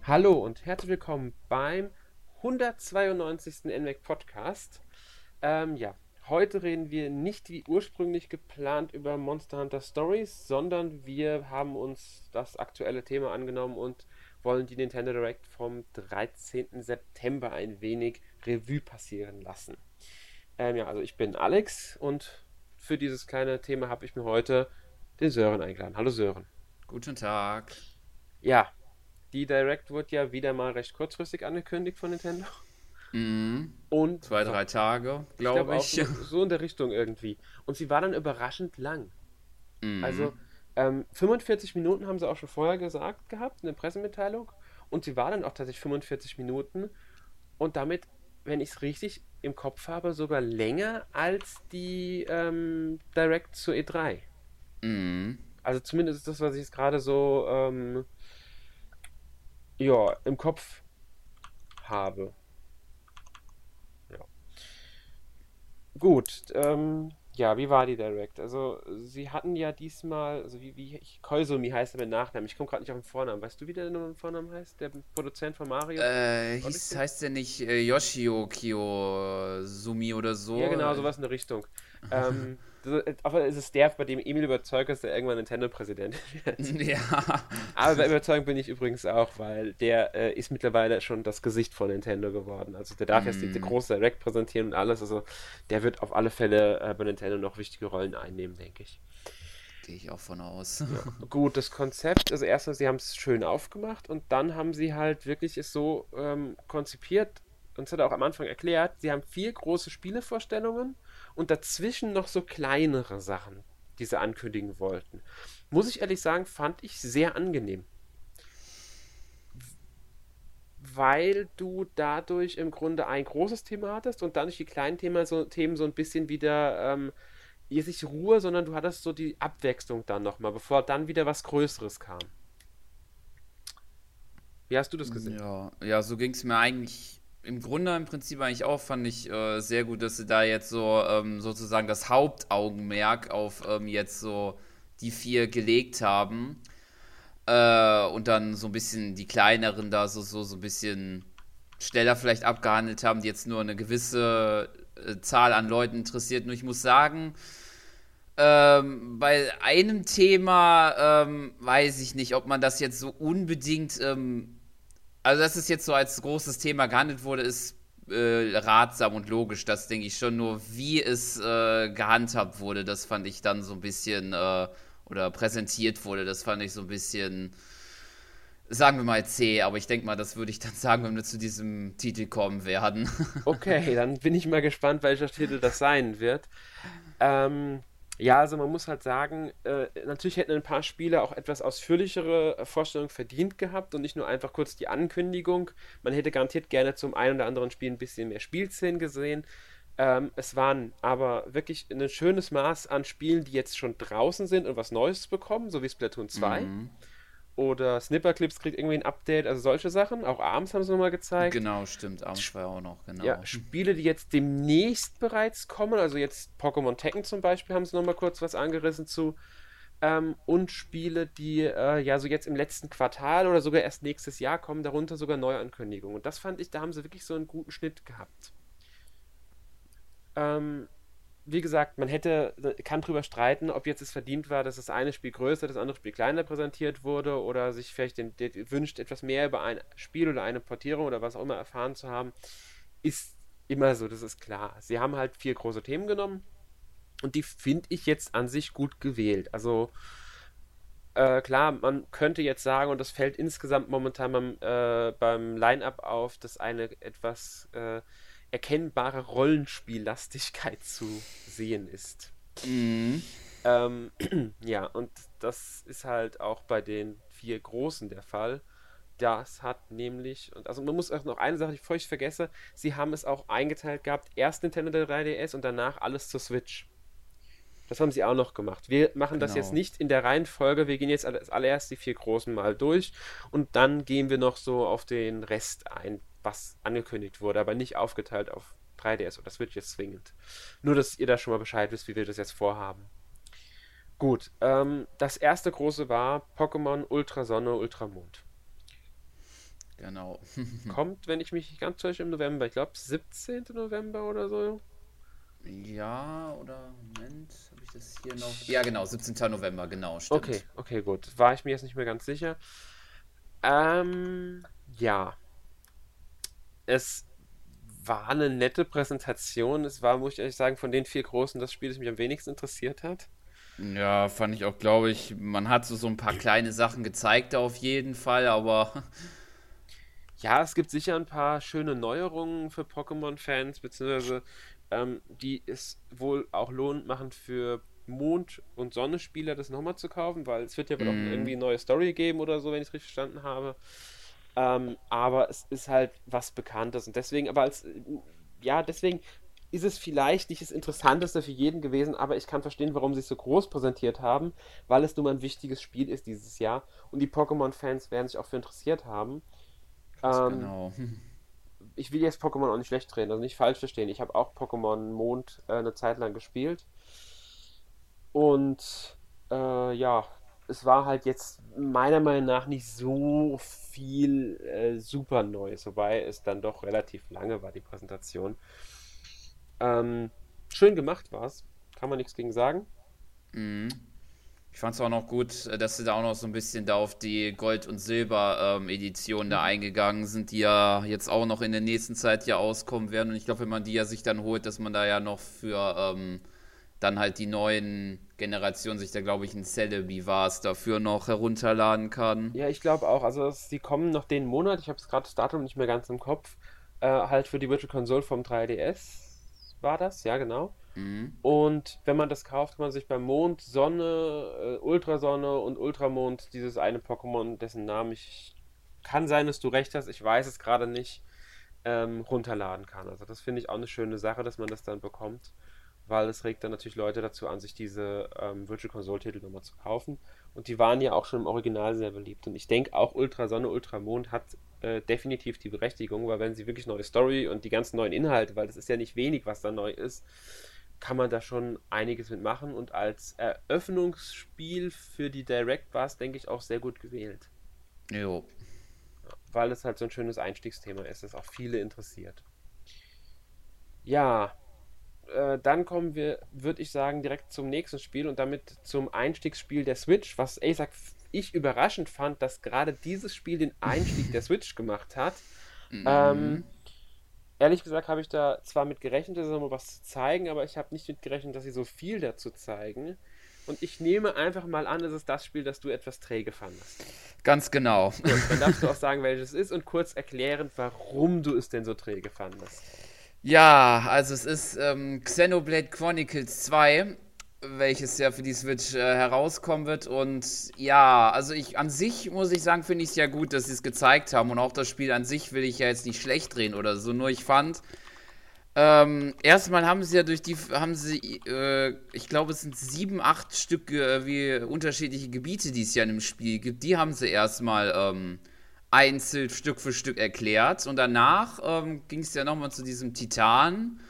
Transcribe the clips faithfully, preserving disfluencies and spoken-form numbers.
Hallo und herzlich willkommen beim hundertzweiundneunzigsten N W E C Podcast. Ähm, ja, heute reden wir nicht wie ursprünglich geplant über Monster Hunter Stories, sondern wir haben uns das aktuelle Thema angenommen und wollen die Nintendo Direct vom dreizehnten September ein wenig Revue passieren lassen. Ähm, ja, also ich bin Alex und für dieses kleine Thema habe ich mir heute den Sören eingeladen. Hallo Sören. Guten Tag. Ja, die Direct wurde ja wieder mal recht kurzfristig angekündigt von Nintendo. Mhm. Und Zwei, drei Tage, ich glaube glaube auch ich. so, so in der Richtung irgendwie. Und sie war dann überraschend lang. Also Mhm. ähm, fünfundvierzig Minuten haben sie auch schon vorher gesagt gehabt in der Pressemitteilung. Und sie war dann auch tatsächlich fünfundvierzig Minuten. Und damit, wenn ich es richtig im Kopf habe, sogar länger als die ähm, Direct zur E drei. Mhm. Also zumindest ist das, was ich jetzt gerade so ähm, ja, im Kopf habe. Ja. Gut, ähm, ja, wie war die Direct? Also, sie hatten ja diesmal, also wie, wie, ich, Koizumi heißt er mit Nachnamen, ich komme gerade nicht auf den Vornamen. Weißt du, wie der nur mit Vornamen heißt? Der Produzent von Mario Äh, hieß, Odyssey? heißt der nicht äh, Yoshio Kiyosumi oder Ja, so? genau, sowas in der Richtung. Ähm, das, aber es ist der, bei dem Emil überzeugt ist, der irgendwann Nintendo-Präsident wird. Ja. Aber bei überzeugt bin ich übrigens auch, weil der äh, ist mittlerweile schon das Gesicht von Nintendo geworden. Also der darf jetzt die, die Mhm. große Direct präsentieren und alles. Also der wird auf alle Fälle äh, bei Nintendo noch wichtige Rollen einnehmen, denke ich. Gehe ich auch von aus. Ja, gut, das Konzept, also erstmal, sie haben es schön aufgemacht und dann haben sie halt wirklich es so ähm, konzipiert, und das hat er auch am Anfang erklärt, sie haben vier große Spielevorstellungen und dazwischen noch so kleinere Sachen, die sie ankündigen wollten. Muss ich ehrlich sagen, fand ich sehr angenehm, weil du dadurch im Grunde ein großes Thema hattest und dadurch die kleinen Themen so, Themen so ein bisschen wieder ähm, jetzt nicht Ruhe, sondern du hattest so die Abwechslung dann nochmal, bevor dann wieder was Größeres kam. Wie hast du das gesehen? Ja, ja, so ging es mir eigentlich im Grunde im Prinzip eigentlich auch, fand ich äh, sehr gut, dass sie da jetzt so ähm, sozusagen das Hauptaugenmerk auf ähm, jetzt so die vier gelegt haben. Äh, und dann so ein bisschen die kleineren da so, so, so ein bisschen schneller vielleicht abgehandelt haben, die jetzt nur eine gewisse äh, Zahl an Leuten interessiert. Nur ich muss sagen, ähm, bei einem Thema ähm, weiß ich nicht, ob man das jetzt so unbedingt, ähm, also dass es jetzt so als großes Thema gehandelt wurde, ist äh, ratsam und logisch, das denke ich schon. Nur wie es äh, gehandhabt wurde, das fand ich dann so ein bisschen, äh, oder präsentiert wurde, das fand ich so ein bisschen, sagen wir mal C, aber ich denke mal, das würde ich dann sagen, wenn wir zu diesem Titel kommen werden. Okay, dann bin ich mal gespannt, welcher Titel das sein wird. Ähm, ja, also man muss halt sagen, äh, natürlich hätten ein paar Spiele auch etwas ausführlichere äh, Vorstellungen verdient gehabt und nicht nur einfach kurz die Ankündigung. Man hätte garantiert gerne zum einen oder anderen Spiel ein bisschen mehr Spielszenen gesehen. Ähm, es waren aber wirklich ein schönes Maß an Spielen, die jetzt schon draußen sind und was Neues bekommen, so wie Splatoon zwei. Mhm. Oder Snipperclips kriegt irgendwie ein Update, also solche Sachen. Auch abends haben sie nochmal gezeigt. Genau, stimmt. Abends war ja auch noch, Ja, genau. Spiele, die jetzt demnächst bereits kommen, also jetzt Pokémon Tekken zum Beispiel, haben sie nochmal kurz was angerissen zu. Ähm, und Spiele, die äh, ja so jetzt im letzten Quartal oder sogar erst nächstes Jahr kommen, darunter sogar Neuankündigungen. Und das fand ich, da haben sie wirklich so einen guten Schnitt gehabt. Ähm, wie gesagt, man hätte, kann drüber streiten, ob jetzt es verdient war, dass das eine Spiel größer, das andere Spiel kleiner präsentiert wurde oder sich vielleicht den, den wünscht, etwas mehr über ein Spiel oder eine Portierung oder was auch immer erfahren zu haben. Ist immer so, das ist klar. Sie haben halt vier große Themen genommen und die finde ich jetzt an sich gut gewählt. Also äh, klar, man könnte jetzt sagen, und das fällt insgesamt momentan beim, äh, beim Line-Up auf, dass eine etwas äh, erkennbare Rollenspiellastigkeit zu sehen ist. Mhm. Ähm, ja, und das ist halt auch bei den vier Großen der Fall. Das hat nämlich, und also man muss auch noch eine Sache, die ich völlig vergesse, sie haben es auch eingeteilt gehabt, erst Nintendo drei D S und danach alles zur Switch. Das haben sie auch noch gemacht. Wir machen das jetzt Genau. nicht in der Reihenfolge, wir gehen jetzt als allererst die vier großen mal durch und dann gehen wir noch so auf den Rest ein, was angekündigt wurde, aber nicht aufgeteilt auf drei D S oder Switch jetzt zwingend. Nur, dass ihr da schon mal Bescheid wisst, wie wir das jetzt vorhaben. Gut, ähm, das erste große war Pokémon Ultra Sonne, Ultramond. Genau. Kommt, wenn ich mich nicht ganz täusche, im November. Ich glaube, siebzehnten November oder so. Ja, oder Moment, habe ich das hier noch? Ja, genau, siebzehnten November, genau, Okay, stimmt. okay, gut. War ich mir jetzt nicht mehr ganz sicher. Ähm, ja. Es war eine nette Präsentation. Es war, muss ich ehrlich sagen, von den vier Großen das Spiel, das mich am wenigsten interessiert hat. Ja, fand ich auch, glaube ich, man hat so, so ein paar kleine Sachen gezeigt auf jeden Fall, aber Ja, es gibt sicher ein paar schöne Neuerungen für Pokémon-Fans, beziehungsweise ähm, die es wohl auch lohnend machen für Mond- und Sonnenspieler, das nochmal zu kaufen, weil es wird ja wohl auch irgendwie mm, eine neue Story geben oder so, wenn ich es richtig verstanden habe. Ähm, aber es ist halt was Bekanntes und deswegen, aber als, äh, ja, deswegen ist es vielleicht nicht das Interessanteste für jeden gewesen, aber ich kann verstehen, warum sie es so groß präsentiert haben, weil es nun mal ein wichtiges Spiel ist dieses Jahr und die Pokémon-Fans werden sich auch für interessiert haben. ganz Ähm, genau. Ich will jetzt Pokémon auch nicht schlecht reden, also nicht falsch verstehen. Ich habe auch Pokémon Mond äh, eine Zeit lang gespielt. Und äh, ja, es war halt jetzt meiner Meinung nach nicht so viel äh, super Neues, wobei es dann doch relativ lange war, die Präsentation. Ähm, Schön gemacht war es, kann man nichts gegen sagen. Mm. Ich fand es auch noch gut, äh, dass sie da auch noch so ein bisschen da auf die Gold- und Silber-Edition da Mhm. eingegangen sind, die ja jetzt auch noch in der nächsten Zeit ja auskommen werden. Und ich glaube, wenn man die ja sich dann holt, dass man da ja noch für ähm, dann halt die neuen Generationen sich da, glaube ich, ein Celebi war es dafür noch herunterladen kann. Ja, ich glaube auch. Also es- die kommen noch den Monat, ich habe es gerade das Datum nicht mehr ganz im Kopf, äh, halt für die Virtual Console vom drei D S war das, ja genau. Mhm. Und wenn man das kauft, kann man sich beim Mond, Sonne, äh, Ultrasonne und Ultramond dieses eine Pokémon, dessen Namen ich, kann sein, dass du recht hast, ich weiß es gerade nicht, ähm, runterladen kann. Also das finde ich auch eine schöne Sache, dass man das dann bekommt, weil es regt dann natürlich Leute dazu an, sich diese ähm, Virtual Console Titel nochmal zu kaufen. Und die waren ja auch schon im Original sehr beliebt. Und ich denke auch Ultrasonne, Ultramond hat äh, definitiv die Berechtigung, weil wenn sie wirklich neue Story und die ganzen neuen Inhalte, weil das ist ja nicht wenig, was da neu ist, kann man da schon einiges mitmachen. Und als Eröffnungsspiel für die Direct war es, denke ich, auch sehr gut gewählt. Jo. Weil es halt so ein schönes Einstiegsthema ist, das auch viele interessiert. Ja, äh, dann kommen wir, würde ich sagen, direkt zum nächsten Spiel und damit zum Einstiegsspiel der Switch, was ehrlich gesagt ich überraschend fand, dass gerade dieses Spiel den Einstieg der Switch gemacht hat. Ähm, Mhm. Ehrlich gesagt habe ich da zwar mit gerechnet, dass sie nochmal was zu zeigen, aber ich habe nicht mit gerechnet, dass sie so viel dazu zeigen. Und ich nehme einfach mal an, es ist das Spiel, das du etwas träge fandest. Ganz genau. Gut, dann darfst du auch sagen, welches es ist und kurz erklären, warum du es denn so träge fandest. Ja, also es ist ähm, Xenoblade Chronicles zwei, welches ja für die Switch äh, herauskommen wird. Und ja, also ich an sich muss ich sagen, finde ich es ja gut, dass sie es gezeigt haben. Und auch das Spiel an sich will ich ja jetzt nicht schlecht reden oder so. Nur ich fand, ähm, erstmal haben sie ja durch die, haben sie, äh, ich glaube, es sind sieben, acht Stück äh, wie unterschiedliche Gebiete, die es ja in dem Spiel gibt. Die haben sie erstmal ähm, einzeln Stück für Stück erklärt. Und danach ähm, ging es ja nochmal zu diesem Titan,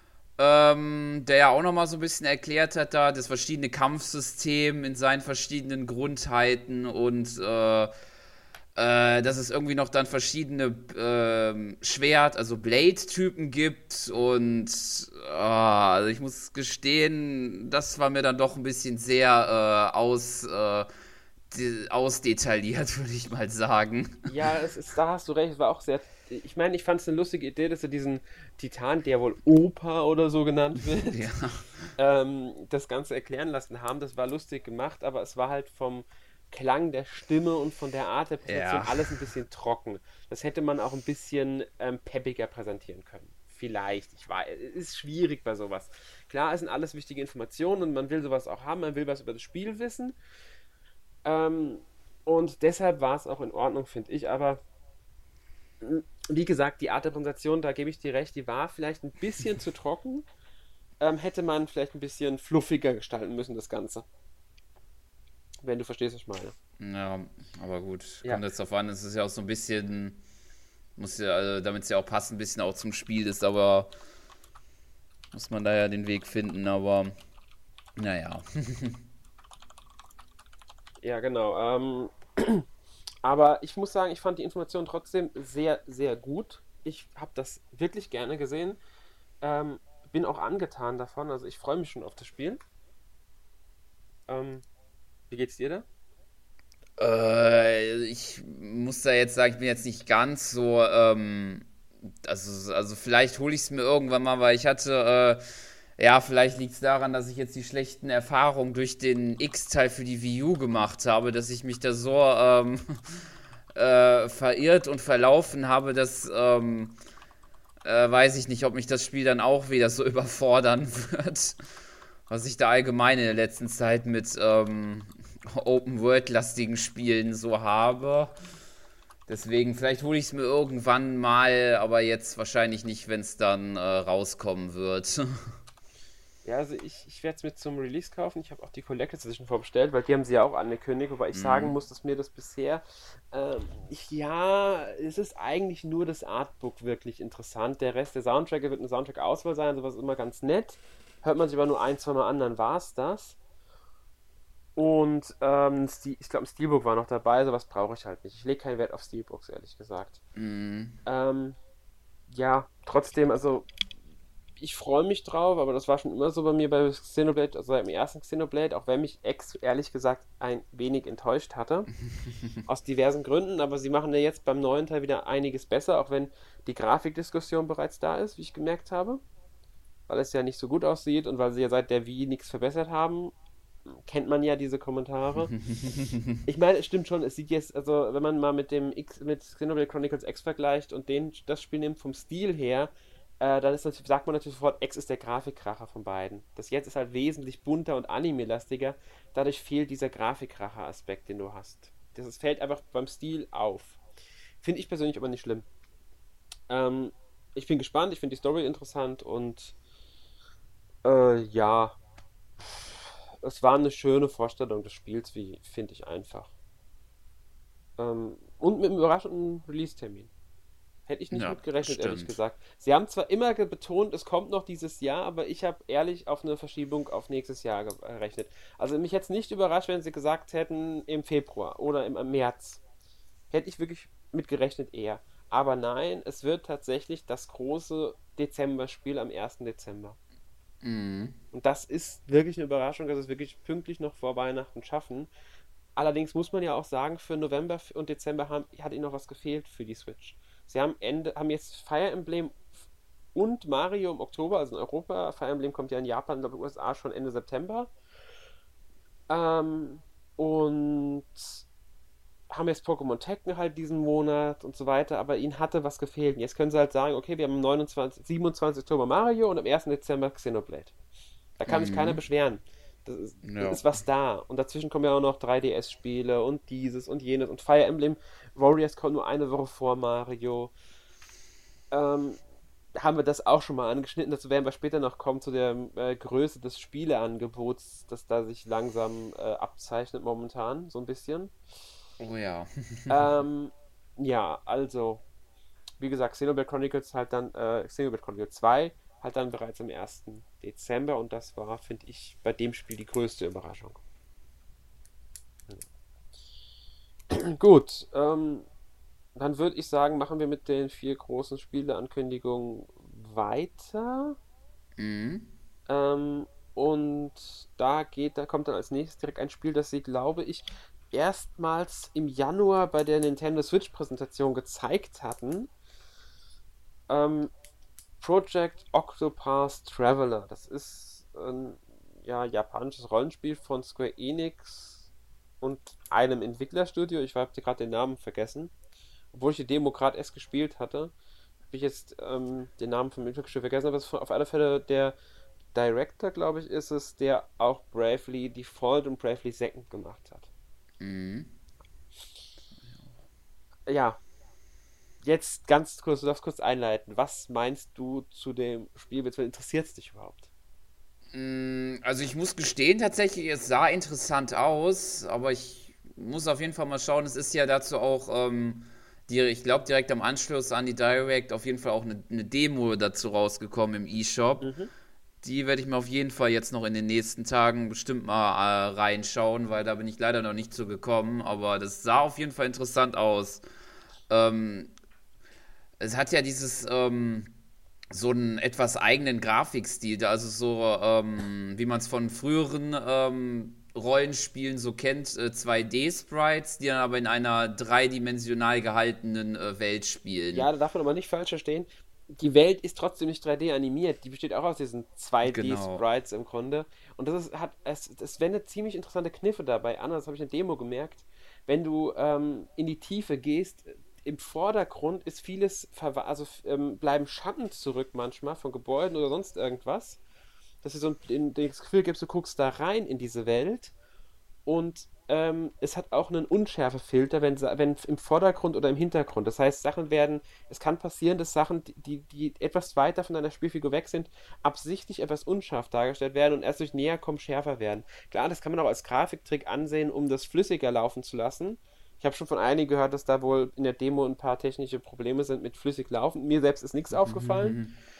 ähm, der ja auch nochmal so ein bisschen erklärt hat, da das verschiedene Kampfsystem in seinen verschiedenen Grundheiten und äh, äh, dass es irgendwie noch dann verschiedene ähm, Schwert-, also Blade-Typen gibt und ah, also ich muss gestehen, das war mir dann doch ein bisschen sehr äh, aus, äh, de- ausdetailliert, würde ich mal sagen. Ja, es ist, da hast du recht, es war auch sehr. Ich meine, ich fand es eine lustige Idee, dass er diesen Titan, der wohl Opa oder so genannt wird, Ja. ähm, das Ganze erklären lassen haben. Das war lustig gemacht, aber es war halt vom Klang der Stimme und von der Art der Präsentation Ja. alles ein bisschen trocken. Das hätte man auch ein bisschen ähm, peppiger präsentieren können. Vielleicht, ich weiß, es ist schwierig bei sowas. Klar, es sind alles wichtige Informationen und man will sowas auch haben, man will was über das Spiel wissen. Ähm, und deshalb war es auch in Ordnung, finde ich. Aber mh, wie gesagt, die Art der Präsentation, da gebe ich dir recht, die war vielleicht ein bisschen zu trocken. Ähm, hätte man vielleicht ein bisschen fluffiger gestalten müssen, das Ganze. Wenn du verstehst, was ich meine. Ja, aber gut, Ja, kommt jetzt drauf an, es ist ja auch so ein bisschen, muss ja, also damit es ja auch passt, ein bisschen auch zum Spiel ist, aber muss man da ja den Weg finden, aber naja. ja, genau. Ähm, Aber ich muss sagen, ich fand die Information trotzdem sehr, sehr gut. Ich habe das wirklich gerne gesehen. Ähm, bin auch angetan davon. Also ich freue mich schon auf das Spiel. Ähm, wie geht's dir da? Äh, ich muss da jetzt sagen, ich bin jetzt nicht ganz so, ähm, also, also vielleicht hole ich es mir irgendwann mal, weil ich hatte, äh, ja, vielleicht liegt es daran, dass ich jetzt die schlechten Erfahrungen durch den X-Teil für die Wii U gemacht habe, dass ich mich da so ähm, äh, verirrt und verlaufen habe, dass, ähm, äh, weiß ich nicht, ob mich das Spiel dann auch wieder so überfordern wird, was ich da allgemein in der letzten Zeit mit ähm, Open-World-lastigen Spielen so habe. Deswegen, vielleicht hole ich es mir irgendwann mal, aber jetzt wahrscheinlich nicht, wenn es dann äh, rauskommen wird. Ja, also ich, ich werde es mir zum Release kaufen. Ich habe auch die Collector's Edition vorbestellt, weil die haben sie ja auch angekündigt, wobei ich sagen Mhm. muss, dass mir das bisher, ähm, ich, ja, es ist eigentlich nur das Artbook wirklich interessant. Der Rest der Soundtrack wird eine Soundtrack-Auswahl sein, sowas ist immer ganz nett. Hört man sich aber nur ein, zwei Mal an, dann war es das. Und ähm, Sti- ich glaube, ein Steelbook war noch dabei, sowas brauche ich halt nicht. Ich lege keinen Wert auf Steelbooks, ehrlich gesagt. Mhm. Ähm, ja, trotzdem, also ich freue mich drauf, aber das war schon immer so bei mir bei Xenoblade, also im ersten Xenoblade, auch wenn mich X ehrlich gesagt ein wenig enttäuscht hatte. Aus diversen Gründen, aber sie machen ja jetzt beim neuen Teil wieder einiges besser, auch wenn die Grafikdiskussion bereits da ist, wie ich gemerkt habe. Weil es ja nicht so gut aussieht und weil sie ja seit der Wii nichts verbessert haben, kennt man ja diese Kommentare. Ich meine, es stimmt schon, es sieht jetzt, also wenn man mal mit dem X, mit Xenoblade Chronicles X vergleicht und den, das Spiel nimmt vom Stil her, äh, dann ist natürlich, sagt man natürlich sofort, X ist der Grafikkracher von beiden. Das jetzt ist halt wesentlich bunter und anime-lastiger, dadurch fehlt dieser Grafikkracher-Aspekt, den du hast. Das ist, fällt einfach beim Stil auf. Finde ich persönlich aber nicht schlimm. Ähm, ich bin gespannt, ich finde die Story interessant und äh, ja, es war eine schöne Vorstellung des Spiels, wie finde ich einfach. Ähm, und mit einem überraschenden Release-Termin. Hätte ich nicht Ja, mit gerechnet, ehrlich stimmt. gesagt. Sie haben zwar immer betont, es kommt noch dieses Jahr, aber ich habe ehrlich auf eine Verschiebung auf nächstes Jahr gerechnet. Also mich jetzt nicht überrascht, wenn sie gesagt hätten im Februar oder im März. Hätte ich wirklich mit gerechnet eher. Aber nein, es wird tatsächlich das große Dezember-Spiel am ersten Dezember. Mhm. Und das ist wirklich eine Überraschung, dass es wirklich pünktlich noch vor Weihnachten schaffen. Allerdings muss man ja auch sagen, für November und Dezember haben, hat ihnen noch was gefehlt für die Switch. Sie haben, Ende, haben jetzt Fire Emblem und Mario im Oktober, also in Europa. Fire Emblem kommt ja in Japan und in den U S A schon Ende September. Ähm, und haben jetzt Pokémon Tekken halt diesen Monat und so weiter, aber ihnen hatte was gefehlt. Und jetzt können sie halt sagen, okay, wir haben am neunundzwanzigsten, siebenundzwanzigsten Oktober Mario und am ersten Dezember Xenoblade. Da kann sich keiner Mhm. beschweren. Das ist, das Ja. ist was da. Und dazwischen kommen ja auch noch drei D S-Spiele und dieses und jenes. Und Fire Emblem Warriors kommt nur eine Woche vor Mario. Ähm, haben wir das auch schon mal angeschnitten. Dazu werden wir später noch kommen zu der äh, Größe des Spieleangebots, das da sich langsam äh, abzeichnet momentan, so ein bisschen. Oh ja. Ähm, ja, also, wie gesagt, Xenoblade Chronicles halt dann, äh, Xenoblade Chronicles zwei halt dann bereits am ersten Dezember und das war, finde ich, bei dem Spiel die größte Überraschung. Gut, ähm, dann würde ich sagen, machen wir mit den vier großen Spieleankündigungen weiter. Mhm. Ähm, und da geht, da kommt dann als nächstes direkt ein Spiel, das sie, glaube ich, erstmals im Januar bei der Nintendo Switch Präsentation gezeigt hatten. Ähm, Project Octopath Traveler. Das ist ein ja, japanisches Rollenspiel von Square Enix und einem Entwicklerstudio. Ich habe gerade den Namen vergessen. Obwohl ich die Demo gerade erst gespielt hatte, habe ich jetzt ähm, den Namen vom Entwicklerstudio vergessen. Aber es ist auf alle Fälle der Director, glaube ich, ist es, der auch Bravely Default und Bravely Second gemacht hat. Mhm. Ja, jetzt ganz kurz, du darfst kurz einleiten. Was meinst du zu dem Spiel, beziehungsweise interessiert es dich überhaupt? Mm, Also ich muss gestehen, tatsächlich, es sah interessant aus, aber ich muss auf jeden Fall mal schauen. Es ist ja dazu auch, ähm, die, ich glaube, direkt am Anschluss an die Direct auf jeden Fall auch eine, eine Demo dazu rausgekommen im eShop. Mhm. Die werde ich mir auf jeden Fall jetzt noch in den nächsten Tagen bestimmt mal äh, reinschauen, weil da bin ich leider noch nicht zu gekommen. Aber das sah auf jeden Fall interessant aus. Ähm, es hat ja dieses, ähm, so einen etwas eigenen Grafikstil, also so, ähm, wie man es von früheren ähm, Rollenspielen so kennt, äh, zwei D-Sprites, die dann aber in einer dreidimensional gehaltenen äh, Welt spielen. Ja, da darf man aber nicht falsch verstehen. Die Welt ist trotzdem nicht drei D animiert. Die besteht auch aus diesen Genau. zwei D-Sprites im Grunde. Und das ist, hat, es, es wendet ziemlich interessante Kniffe dabei an. Das habe ich in der Demo gemerkt. Wenn du ähm, in die Tiefe gehst, im Vordergrund ist vieles, verwa- also ähm, bleiben Schatten zurück manchmal von Gebäuden oder sonst irgendwas. Dass du so ein, das Gefühl gibst, du guckst da rein in diese Welt. Und ähm, es hat auch einen Unschärfefilter, wenn, sa- wenn im Vordergrund oder im Hintergrund. Das heißt, Sachen werden, es kann passieren, dass Sachen, die, die die etwas weiter von deiner Spielfigur weg sind, absichtlich etwas unscharf dargestellt werden und erst durch Näherkommen schärfer werden. Klar, das kann man auch als Grafiktrick ansehen, um das flüssiger laufen zu lassen. Ich habe schon von einigen gehört, dass da wohl in der Demo ein paar technische Probleme sind mit flüssig laufen. Mir selbst ist nichts aufgefallen.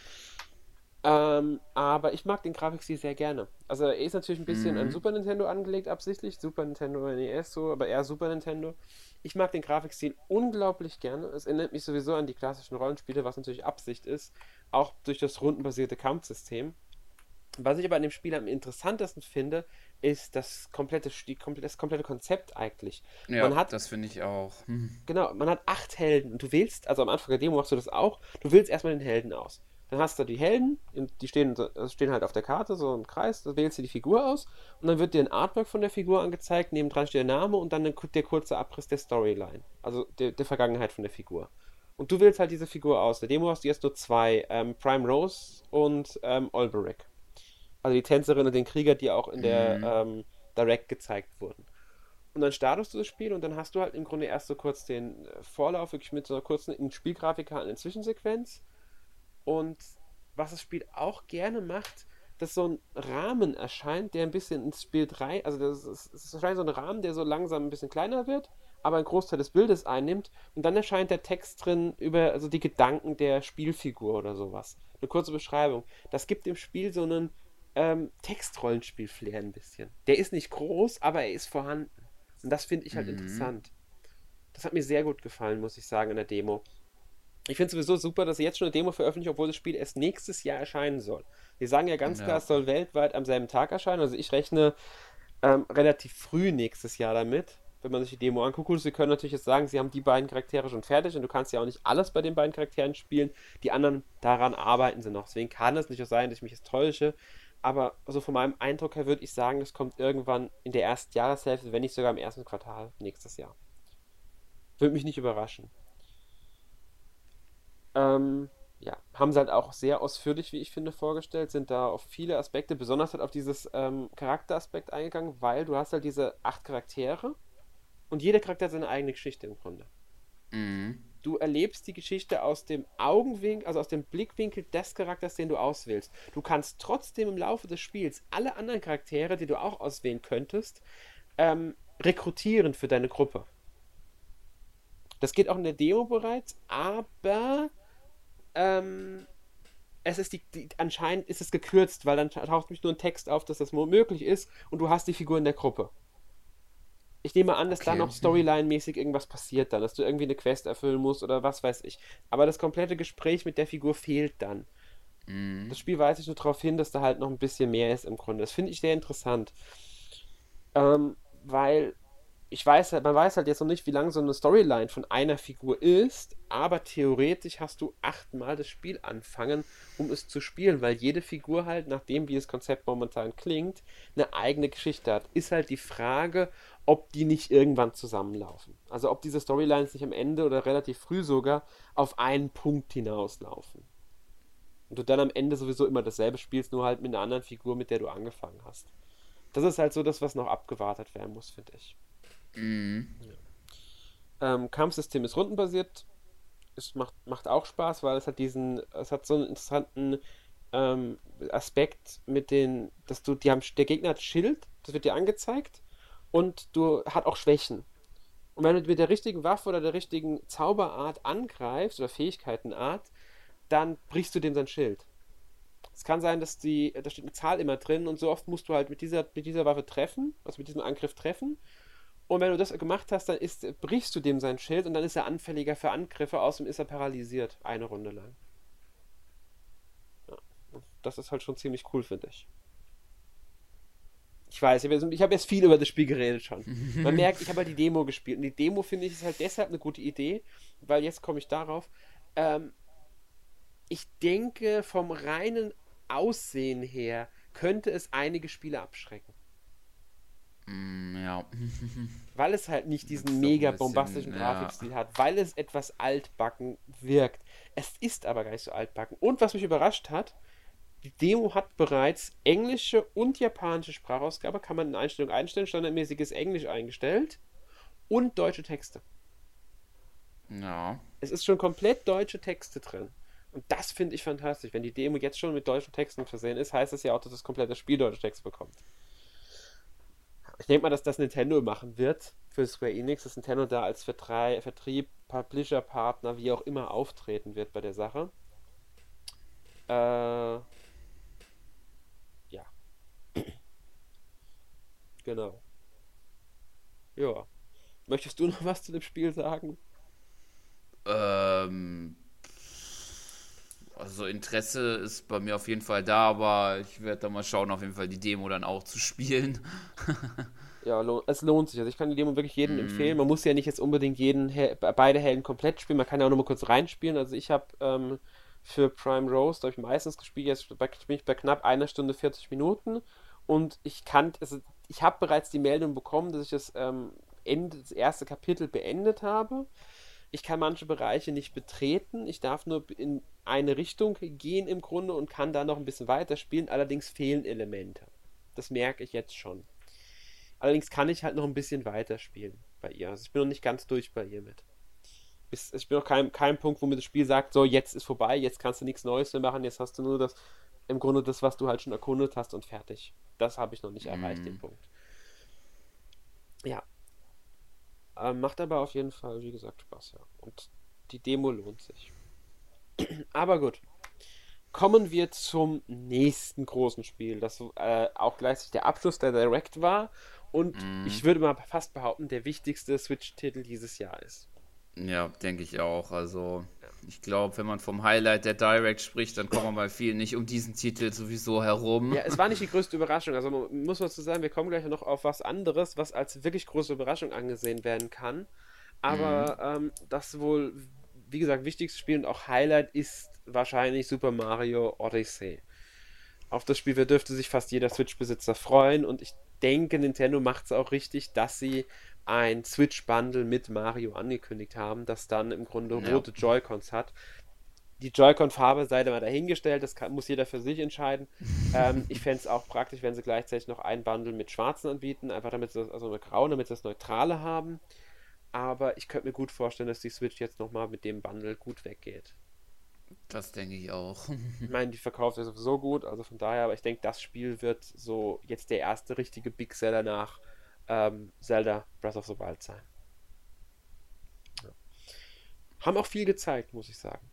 Ähm, aber ich mag den Grafikstil sehr gerne. Also er ist natürlich ein bisschen an Mhm. Super Nintendo angelegt, absichtlich. Super Nintendo N E S so, aber eher Super Nintendo. Ich mag den Grafikstil unglaublich gerne. Es erinnert mich sowieso an die klassischen Rollenspiele, was natürlich Absicht ist. Auch durch das rundenbasierte Kampfsystem. Was ich aber an dem Spiel am interessantesten finde, ist das komplette, die, das komplette Konzept eigentlich. Ja, Man hat das finde ich auch. Hm. Genau, man hat acht Helden und du wählst, also am Anfang der Demo machst du das auch, du wählst erstmal den Helden aus. Dann hast du die Helden, die stehen, so- also stehen halt auf der Karte, so im Kreis, da wählst du die Figur aus und dann wird dir ein Artwork von der Figur angezeigt, nebendran steht der Name und dann der, der kurze Abriss der Storyline, also der, der Vergangenheit von der Figur. Und du wählst halt diese Figur aus. Der Demo hast du jetzt nur zwei, ähm, Prime Rose und ähm, Olberic. Also die Tänzerin und den Krieger, die auch in der Mhm. ähm, Direct gezeigt wurden. Und dann startest du das Spiel und dann hast du halt im Grunde erst so kurz den äh, Vorlauf, wirklich mit so einer kurzen in Spielgrafik halt eine Zwischensequenz. Und was das Spiel auch gerne macht, dass so ein Rahmen erscheint, der ein bisschen ins Spiel drei, also das ist, es erscheint so ein Rahmen, der so langsam ein bisschen kleiner wird, aber einen Großteil des Bildes einnimmt. Und dann erscheint der Text drin über also die Gedanken der Spielfigur oder sowas. Eine kurze Beschreibung. Das gibt dem Spiel so einen ähm, Textrollenspiel-Flair ein bisschen. Der ist nicht groß, aber er ist vorhanden. Und das finde ich halt Mhm. interessant. Das hat mir sehr gut gefallen, muss ich sagen, in der Demo. Ich finde es sowieso super, dass sie jetzt schon eine Demo veröffentlichen, obwohl das Spiel erst nächstes Jahr erscheinen soll. Sie sagen ja ganz klar, Ja. es soll weltweit am selben Tag erscheinen. Also ich rechne ähm, relativ früh nächstes Jahr damit, wenn man sich die Demo anguckt. Gut, sie können natürlich jetzt sagen, sie haben die beiden Charaktere schon fertig und du kannst ja auch nicht alles bei den beiden Charakteren spielen. Die anderen, daran arbeiten sie noch. Deswegen kann es nicht so sein, dass ich mich jetzt täusche. Aber so von meinem Eindruck her würde ich sagen, es kommt irgendwann in der ersten Jahreshälfte, wenn nicht sogar im ersten Quartal nächstes Jahr. Würde mich nicht überraschen. Ähm, ja, haben sie halt auch sehr ausführlich, wie ich finde, vorgestellt, sind da auf viele Aspekte, besonders halt auf dieses ähm, Charakteraspekt eingegangen, weil du hast halt diese acht Charaktere und jeder Charakter hat seine eigene Geschichte im Grunde. Mhm. Du erlebst die Geschichte aus dem Augenwinkel, also aus dem Blickwinkel des Charakters, den du auswählst. Du kannst trotzdem im Laufe des Spiels alle anderen Charaktere, die du auch auswählen könntest, ähm, rekrutieren für deine Gruppe. Das geht auch in der Demo bereits, aber ähm, es ist die, die, anscheinend ist es gekürzt, weil dann taucht nämlich nur ein Text auf, dass das möglich ist und du hast die Figur in der Gruppe. Ich nehme an, dass da Okay. noch Storyline-mäßig irgendwas passiert dann, dass du irgendwie eine Quest erfüllen musst oder was weiß ich. Aber das komplette Gespräch mit der Figur fehlt dann. Mhm. Das Spiel weist nur darauf hin, dass da halt noch ein bisschen mehr ist im Grunde. Das finde ich sehr interessant. Ähm, weil ich weiß halt, man weiß halt jetzt noch nicht, wie lang so eine Storyline von einer Figur ist, aber theoretisch hast du achtmal das Spiel anfangen, um es zu spielen, weil jede Figur halt, nachdem wie das Konzept momentan klingt, eine eigene Geschichte hat. Ist halt die Frage, ob die nicht irgendwann zusammenlaufen. Also ob diese Storylines nicht am Ende oder relativ früh sogar auf einen Punkt hinauslaufen. Und du dann am Ende sowieso immer dasselbe spielst, nur halt mit einer anderen Figur, mit der du angefangen hast. Das ist halt so das, was noch abgewartet werden muss, finde ich. Mhm. Ähm, Kampfsystem ist rundenbasiert. Es macht, macht auch Spaß, weil es hat diesen, es hat so einen interessanten ähm, Aspekt mit den, dass du, die haben, der Gegner hat Schild, das wird dir angezeigt und du hat auch Schwächen. Und wenn du mit der richtigen Waffe oder der richtigen Zauberart angreifst oder Fähigkeitenart, dann brichst du dem sein Schild. Es kann sein, dass die, da steht eine Zahl immer drin und so oft musst du halt mit dieser, mit dieser Waffe treffen, also mit diesem Angriff treffen. Und wenn du das gemacht hast, dann ist, brichst du dem sein Schild und dann ist er anfälliger für Angriffe, außerdem ist er paralysiert, eine Runde lang. Ja. Das ist halt schon ziemlich cool, finde ich. Ich weiß, ich habe jetzt, hab jetzt viel über das Spiel geredet schon. Man merkt, ich habe halt die Demo gespielt. Und die Demo, finde ich, ist halt deshalb eine gute Idee, weil jetzt komme ich darauf. Ähm, ich denke, vom reinen Aussehen her könnte es einige Spiele abschrecken. Mm, ja. Weil es halt nicht Das diesen ist doch ein mega bisschen, bombastischen ja. Grafikstil hat, weil es etwas altbacken wirkt. Es ist aber gar nicht so altbacken. Und was mich überrascht hat, die Demo hat bereits englische und japanische Sprachausgabe, kann man in Einstellungen einstellen, standardmäßiges Englisch eingestellt und deutsche Texte. Ja. Es ist schon komplett deutsche Texte drin. Und das finde ich fantastisch. Wenn die Demo jetzt schon mit deutschen Texten versehen ist, heißt das ja auch, dass das komplette Spiel deutsche Texte bekommt. Ich denke mal, dass das Nintendo machen wird für Square Enix, dass Nintendo da als Vertrei- Vertrieb, Publisher, Partner, wie auch immer auftreten wird bei der Sache. Äh, ja, genau. Ja. Möchtest du noch was zu dem Spiel sagen? Ähm, also Interesse ist bei mir auf jeden Fall da, aber ich werde da mal schauen, auf jeden Fall die Demo dann auch zu spielen. Ja, lo es lohnt sich. Also ich kann die Demo wirklich jedem empfehlen. Mm, Man muss ja nicht jetzt unbedingt jeden Hel beide Helden komplett spielen. Man kann ja auch nur mal kurz reinspielen. Also ich habe ähm, für Prime Rose, da habe ich meistens gespielt, jetzt bin ich bei knapp einer Stunde vierzig Minuten. Und ich kann, also ich habe bereits die Meldung bekommen, dass ich das, ähm, Ende, das erste Kapitel beendet habe. Ich kann manche Bereiche nicht betreten. Ich darf nur in eine Richtung gehen im Grunde und kann da noch ein bisschen weiterspielen. Allerdings fehlen Elemente. Das merke ich jetzt schon. Allerdings kann ich halt noch ein bisschen weiterspielen bei ihr. Also ich bin noch nicht ganz durch bei ihr mit. Bis, ich bin noch kein, kein Punkt, wo mir das Spiel sagt, so jetzt ist vorbei, jetzt kannst du nichts Neues mehr machen, jetzt hast du nur das, im Grunde das, was du halt schon erkundet hast und fertig. Das habe ich noch nicht erreicht, den mm. Punkt. Ja, ähm, macht aber auf jeden Fall, wie gesagt, Spaß, ja. Und die Demo lohnt sich. Aber gut, kommen wir zum nächsten großen Spiel, das äh, auch gleichzeitig der Abschluss der Direct war und Mm. ich würde mal fast behaupten, der wichtigste Switch-Titel dieses Jahr ist. Ja, denke ich auch. Also, Ja. ich glaube, wenn man vom Highlight der Direct spricht, dann kommen wir bei vielen nicht um diesen Titel sowieso herum. Ja, es war nicht die größte Überraschung. Also man muss man zu sagen, wir kommen gleich noch auf was anderes, was als wirklich große Überraschung angesehen werden kann. Mhm. Aber ähm, das wohl, wie gesagt, wichtigste Spiel und auch Highlight ist wahrscheinlich Super Mario Odyssey. Auf das Spiel dürfte sich fast jeder Switch-Besitzer freuen und ich denke, Nintendo macht es auch richtig, dass sie ein Switch-Bundle mit Mario angekündigt haben, das dann im Grunde Ja. rote Joy-Cons hat. Die Joy-Con-Farbe sei da mal dahingestellt, das kann, muss jeder für sich entscheiden. Ähm, ich fände es auch praktisch, wenn sie gleichzeitig noch ein Bundle mit schwarzen anbieten, einfach damit sie das, also mit grauen, damit sie das Neutrale haben. Aber ich könnte mir gut vorstellen, dass die Switch jetzt nochmal mit dem Bundle gut weggeht. Das denke ich auch. Ich meine, die verkauft ja sowieso gut, also von daher, aber ich denke, das Spiel wird so jetzt der erste richtige Big Seller nach ähm, Zelda Breath of the Wild sein. Ja. Haben auch viel gezeigt, muss ich sagen.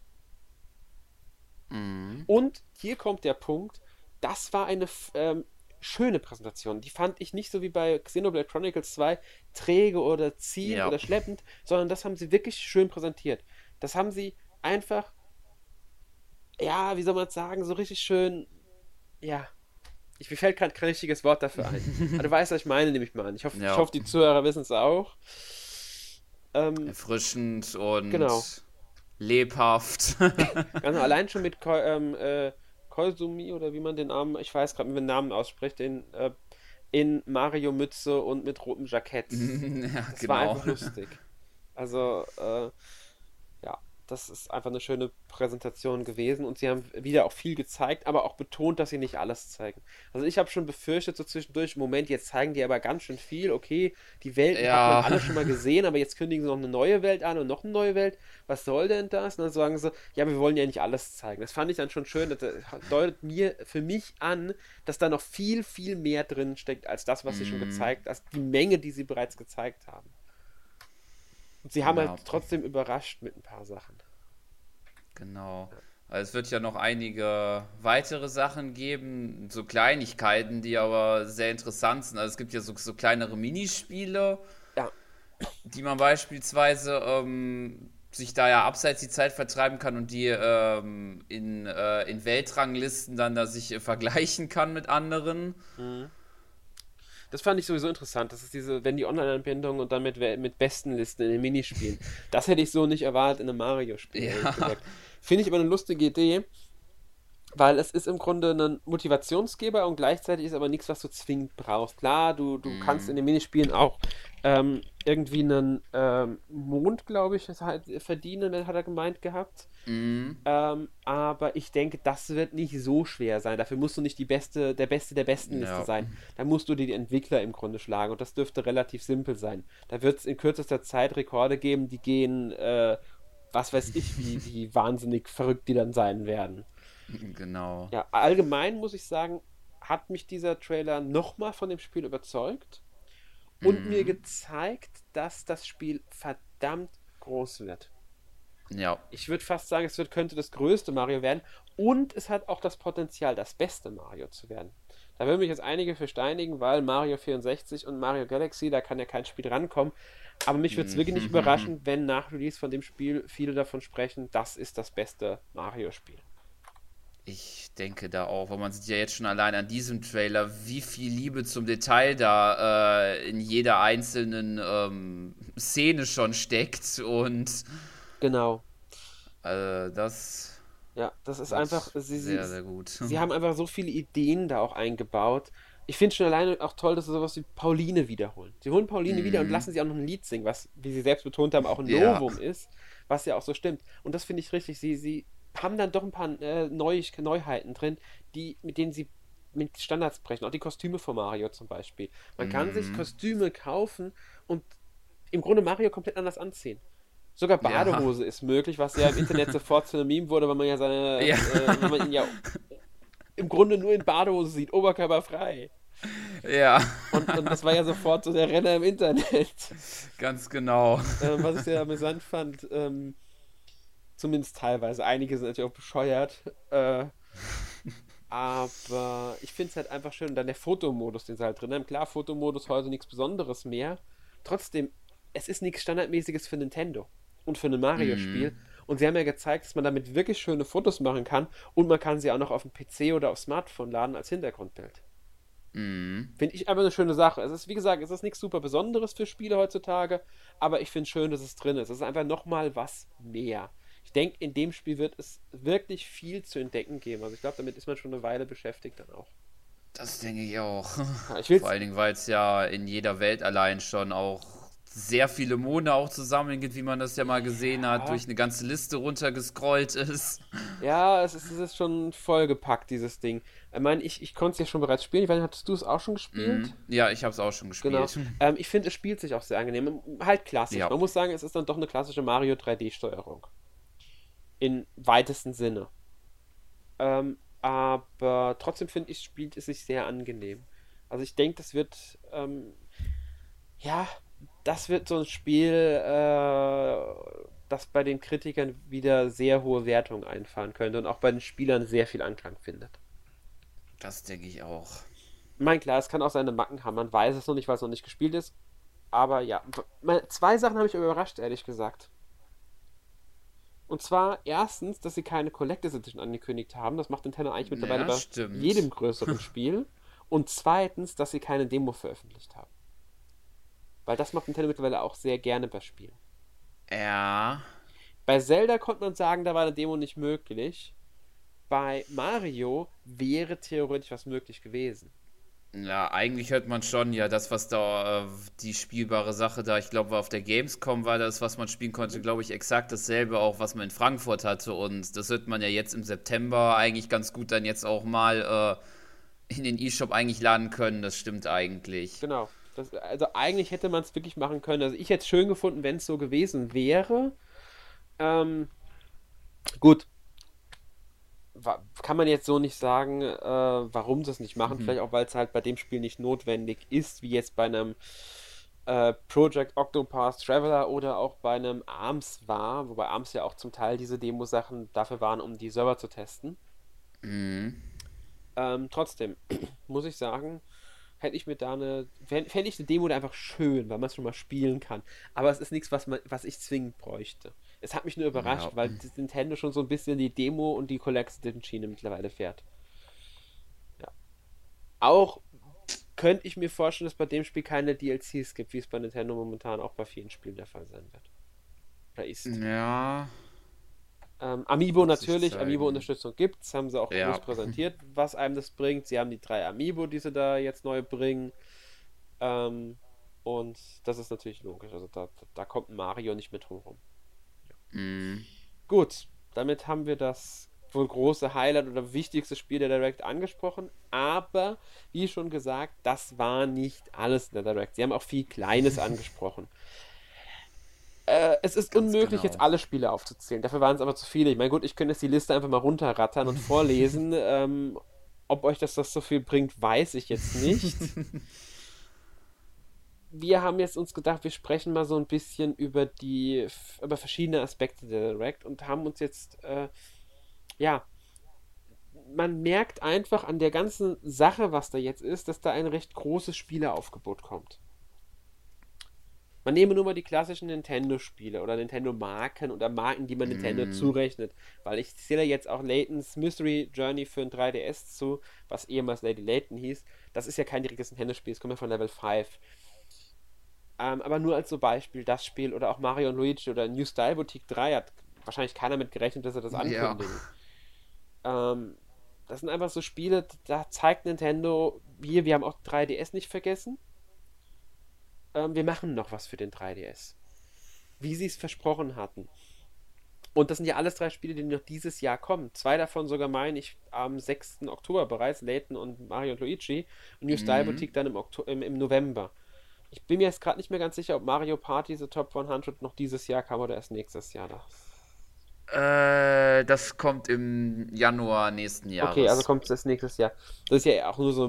Mhm. Und hier kommt der Punkt, das war eine ähm, schöne Präsentation. Die fand ich nicht so wie bei Xenoblade Chronicles zwei träge oder ziehend Ja. oder schleppend, sondern das haben sie wirklich schön präsentiert. Das haben sie einfach, ja, wie soll man es sagen, so richtig schön, ja, ich, mir fällt gerade kein richtiges Wort dafür ein. Aber du weißt, was ich meine, nehme ich mal an. Ich hoffe, ich Ja. hoffe die Zuhörer wissen es auch. Ähm, Erfrischend und genau. lebhaft. Ganz allein schon mit Ko ähm, äh, Koizumi oder wie man den Namen, ich weiß gerade, wie man den Namen ausspricht, in, äh, in Mario-Mütze und mit rotem Jackett. Ja, Das war genau. einfach lustig. Also, äh, ja, das ist einfach eine schöne Präsentation gewesen und sie haben wieder auch viel gezeigt, aber auch betont, dass sie nicht alles zeigen. Also ich habe schon befürchtet so zwischendurch, Moment, jetzt zeigen die aber ganz schön viel, okay, die Welten hat man Ja. alle schon mal gesehen, aber jetzt kündigen sie noch eine neue Welt an und noch eine neue Welt. Was soll denn das? Und dann sagen sie, ja, wir wollen ja nicht alles zeigen. Das fand ich dann schon schön, das deutet mir für mich an, dass da noch viel, viel mehr drin steckt als das, was sie schon Mm, gezeigt, als die Menge, die sie bereits gezeigt haben. Und sie haben halt ja, trotzdem überrascht mit ein paar Sachen. genau. Also es wird ja noch einige weitere Sachen geben, so Kleinigkeiten, die aber sehr interessant sind. Also es gibt ja so, so kleinere Minispiele, Ja, die man beispielsweise ähm, sich da ja abseits die Zeit vertreiben kann und die ähm, in, äh, in Weltranglisten dann da sich äh, vergleichen kann mit anderen. mhm. Das fand ich sowieso interessant. Das ist diese, wenn die Online-Anbindung und dann mit, we- mit Bestenlisten in den Minispielen. Das hätte ich so nicht erwartet in einem Mario-Spiel, ehrlich Ja. gesagt. Finde ich aber eine lustige Idee, weil es ist im Grunde ein Motivationsgeber und gleichzeitig ist aber nichts, was du zwingend brauchst. Klar, du, du kannst in Mm, den Minispielen auch ähm, irgendwie einen ähm, Mond, glaube ich, halt verdienen, hat er gemeint gehabt. mm, Ähm, aber ich denke, das wird nicht so schwer sein. Dafür musst du nicht die beste, der Beste der Bestenliste ja. sein. Da musst du dir die Entwickler im Grunde schlagen und das dürfte relativ simpel sein. Da wird es in kürzester Zeit Rekorde geben, die gehen, äh, was weiß ich, wie, wie wahnsinnig verrückt die dann sein werden. Genau. Ja, allgemein muss ich sagen, hat mich dieser Trailer nochmal von dem Spiel überzeugt und mir Mm, gezeigt, dass das Spiel verdammt groß wird. ja. Ich würde fast sagen, es wird, könnte das größte Mario werden und es hat auch das Potenzial, das beste Mario zu werden. Da würden mich jetzt einige für steinigen, weil Mario vierundsechzig und Mario Galaxy, da kann ja kein Spiel rankommen. Aber mich würde es wirklich nicht Mhm. überraschen, wenn nach Release von dem Spiel viele davon sprechen, das ist das beste Mario-Spiel. Ich denke da auch, weil man sieht ja jetzt schon allein an diesem Trailer, wie viel Liebe zum Detail da äh, in jeder einzelnen ähm, Szene schon steckt und Genau. äh, das Ja, das ist wird einfach, sie, sie, sehr, sehr gut. sie haben einfach so viele Ideen da auch eingebaut. Ich finde schon alleine auch toll, dass sie sowas wie Pauline wiederholen. Sie holen Pauline wieder und Mhm. lassen sie auch noch ein Lied singen, was, wie sie selbst betont haben, auch ein Ja, Novum ist, was ja auch so stimmt. Und das finde ich richtig. Sie, sie haben dann doch ein paar äh, Neu Neuheiten drin, die, mit denen sie mit Standards brechen. Auch die Kostüme von Mario zum Beispiel. Man kann sich mhm. Kostüme kaufen und im Grunde Mario komplett anders anziehen. Sogar Ja, Badehose ist möglich, was ja im Internet sofort zu einem Meme wurde, weil man ja seine, ja, äh, weil man ihn ja im Grunde nur in Badehose sieht, oberkörperfrei. ja, Und, und das war ja sofort so der Renner im Internet. ganz genau. Ähm, was ich sehr amüsant fand, ähm, zumindest teilweise, einige sind natürlich auch bescheuert, äh, aber ich finde es halt einfach schön. Und dann der Fotomodus, den sie halt drin haben. Klar, Fotomodus heute nichts Besonderes mehr. Trotzdem, es ist nichts Standardmäßiges für Nintendo und für ein Mario-Spiel. Mhm. Und sie haben ja gezeigt, dass man damit wirklich schöne Fotos machen kann und man kann sie auch noch auf dem P C oder auf Smartphone laden als Hintergrundbild. Mhm. Finde ich einfach eine schöne Sache. Es ist, wie gesagt, es ist nichts super Besonderes für Spiele heutzutage, aber ich finde schön, dass es drin ist. Es ist einfach nochmal was mehr. Ich denke, in dem Spiel wird es wirklich viel zu entdecken geben. Also ich glaube, damit ist man schon eine Weile beschäftigt dann auch. Das denke ich auch. Ja, ich Vor will's. allen Dingen, weil es ja in jeder Welt allein schon auch sehr viele Monde auch zusammengeht, wie man das ja mal gesehen hat, Ja, durch eine ganze Liste runtergescrollt ist. ja, es ist, es ist schon vollgepackt, dieses Ding. Ich meine, ich, ich konnte es ja schon bereits spielen. Ich weiß nicht, hattest du es auch schon Mhm. gespielt? Ja, ich habe es auch schon Genau. gespielt. Ähm, ich finde, es spielt sich auch sehr angenehm. Halt klassisch. Ja. Man muss sagen, es ist dann doch eine klassische Mario drei D-Steuerung. In weitesten Sinne. Ähm, aber trotzdem finde ich, spielt es sich sehr angenehm. Also ich denke, das wird, ähm, ja, das wird so ein Spiel, äh, das bei den Kritikern wieder sehr hohe Wertungen einfahren könnte und auch bei den Spielern sehr viel Anklang findet. Das denke ich auch. Ich meine, klar, es kann auch seine Macken haben, man weiß es noch nicht, weil es noch nicht gespielt ist. Aber ja, meine, zwei Sachen habe ich überrascht, ehrlich gesagt. Und zwar erstens, dass sie keine Collectors Edition angekündigt haben. Das macht Nintendo eigentlich mittlerweile Ja, bei stimmt. jedem größeren Spiel. Und zweitens, dass sie keine Demo veröffentlicht haben. Weil das macht Nintendo mittlerweile auch sehr gerne bei Spielen. Ja. Bei Zelda konnte man sagen, da war eine Demo nicht möglich. Bei Mario wäre theoretisch was möglich gewesen. Ja, eigentlich hört man schon, ja, das, was da, äh, die spielbare Sache da, ich glaube, auf der Gamescom war das, was man spielen konnte, Mhm. glaube ich, exakt dasselbe auch, was man in Frankfurt hatte. Und das wird man ja jetzt im September eigentlich ganz gut dann jetzt auch mal äh, in den E-Shop eigentlich laden können. Das stimmt eigentlich. Genau. Das, also eigentlich hätte man es wirklich machen können. Also ich hätte es schön gefunden, wenn es so gewesen wäre. Ähm, gut, wa- kann man jetzt so nicht sagen, äh, warum sie es nicht machen. Mhm. Vielleicht auch, weil es halt bei dem Spiel nicht notwendig ist, wie jetzt bei einem äh, Project Octopath Traveler oder auch bei einem ARMS war, wobei ARMS ja auch zum Teil diese Demo-Sachen dafür waren, um die Server zu testen. Mhm. Ähm, trotzdem, muss ich sagen, hätte ich mir da eine, fände ich eine Demo da einfach schön, weil man es schon mal spielen kann. Aber es ist nichts, was man, was ich zwingend bräuchte. Es hat mich nur überrascht, Ja. weil das Nintendo schon so ein bisschen die Demo und die Collected Schiene mittlerweile fährt. Ja. Auch könnte ich mir vorstellen, dass bei dem Spiel keine D L Cs gibt, wie es bei Nintendo momentan auch bei vielen Spielen der Fall sein wird. Oder ist. Ja, Ähm, Amiibo wird sich natürlich, zeigen. Amiibo-Unterstützung gibt's, haben sie auch groß Ja. präsentiert, was einem das bringt. Sie haben die drei Amiibo, die sie da jetzt neu bringen. Ähm, und das ist natürlich logisch. Also da, da kommt ein Mario nicht mit drum rum. Mhm. Gut, damit haben wir das wohl große Highlight oder wichtigste Spiel der Direct angesprochen. Aber, wie schon gesagt, das war nicht alles in der Direct. Sie haben auch viel Kleines angesprochen. Äh, es ist Ganz unmöglich, jetzt genau. alle Spiele aufzuzählen. Dafür waren es aber zu viele. Ich meine, gut, ich könnte jetzt die Liste einfach mal runterrattern und vorlesen. Ähm, ob euch das, das so viel bringt, weiß ich jetzt nicht. Wir haben jetzt uns gedacht, wir sprechen mal so ein bisschen über die, über verschiedene Aspekte der Direct und haben uns jetzt, äh, ja, man merkt einfach an der ganzen Sache, was da jetzt ist, dass da ein recht großes Spieleaufgebot kommt. Man nehme nur mal die klassischen Nintendo-Spiele oder Nintendo-Marken oder Marken, die man Nintendo Mhm. zurechnet. Weil ich zähle jetzt auch Laytons Mystery Journey für ein drei D S zu, was ehemals Lady Layton hieß. Das ist ja kein direktes Nintendo-Spiel, es kommt ja von Level fünf. Ähm, aber nur als so Beispiel das Spiel oder auch Mario und Luigi oder New Style Boutique drei hat wahrscheinlich keiner mit gerechnet, dass sie das Ja. ankündigen. Ähm, das sind einfach so Spiele, da zeigt Nintendo, wir, wir haben auch drei D S nicht vergessen. Ähm, wir machen noch was für den drei D S. Wie sie es versprochen hatten. Und das sind ja alles drei Spiele, die noch dieses Jahr kommen. Zwei davon sogar, meine ich, am sechsten Oktober bereits, Layton und Mario und Luigi. Und New Style Mhm. Boutique dann im, Okto im, im November. Ich bin mir jetzt gerade nicht mehr ganz sicher, ob Mario Party The Top hundert noch dieses Jahr kam oder erst nächstes Jahr. Das. Äh, das kommt im Januar nächsten Okay, also Jahres. kommt es erst nächstes Jahr. Das ist ja auch nur so ein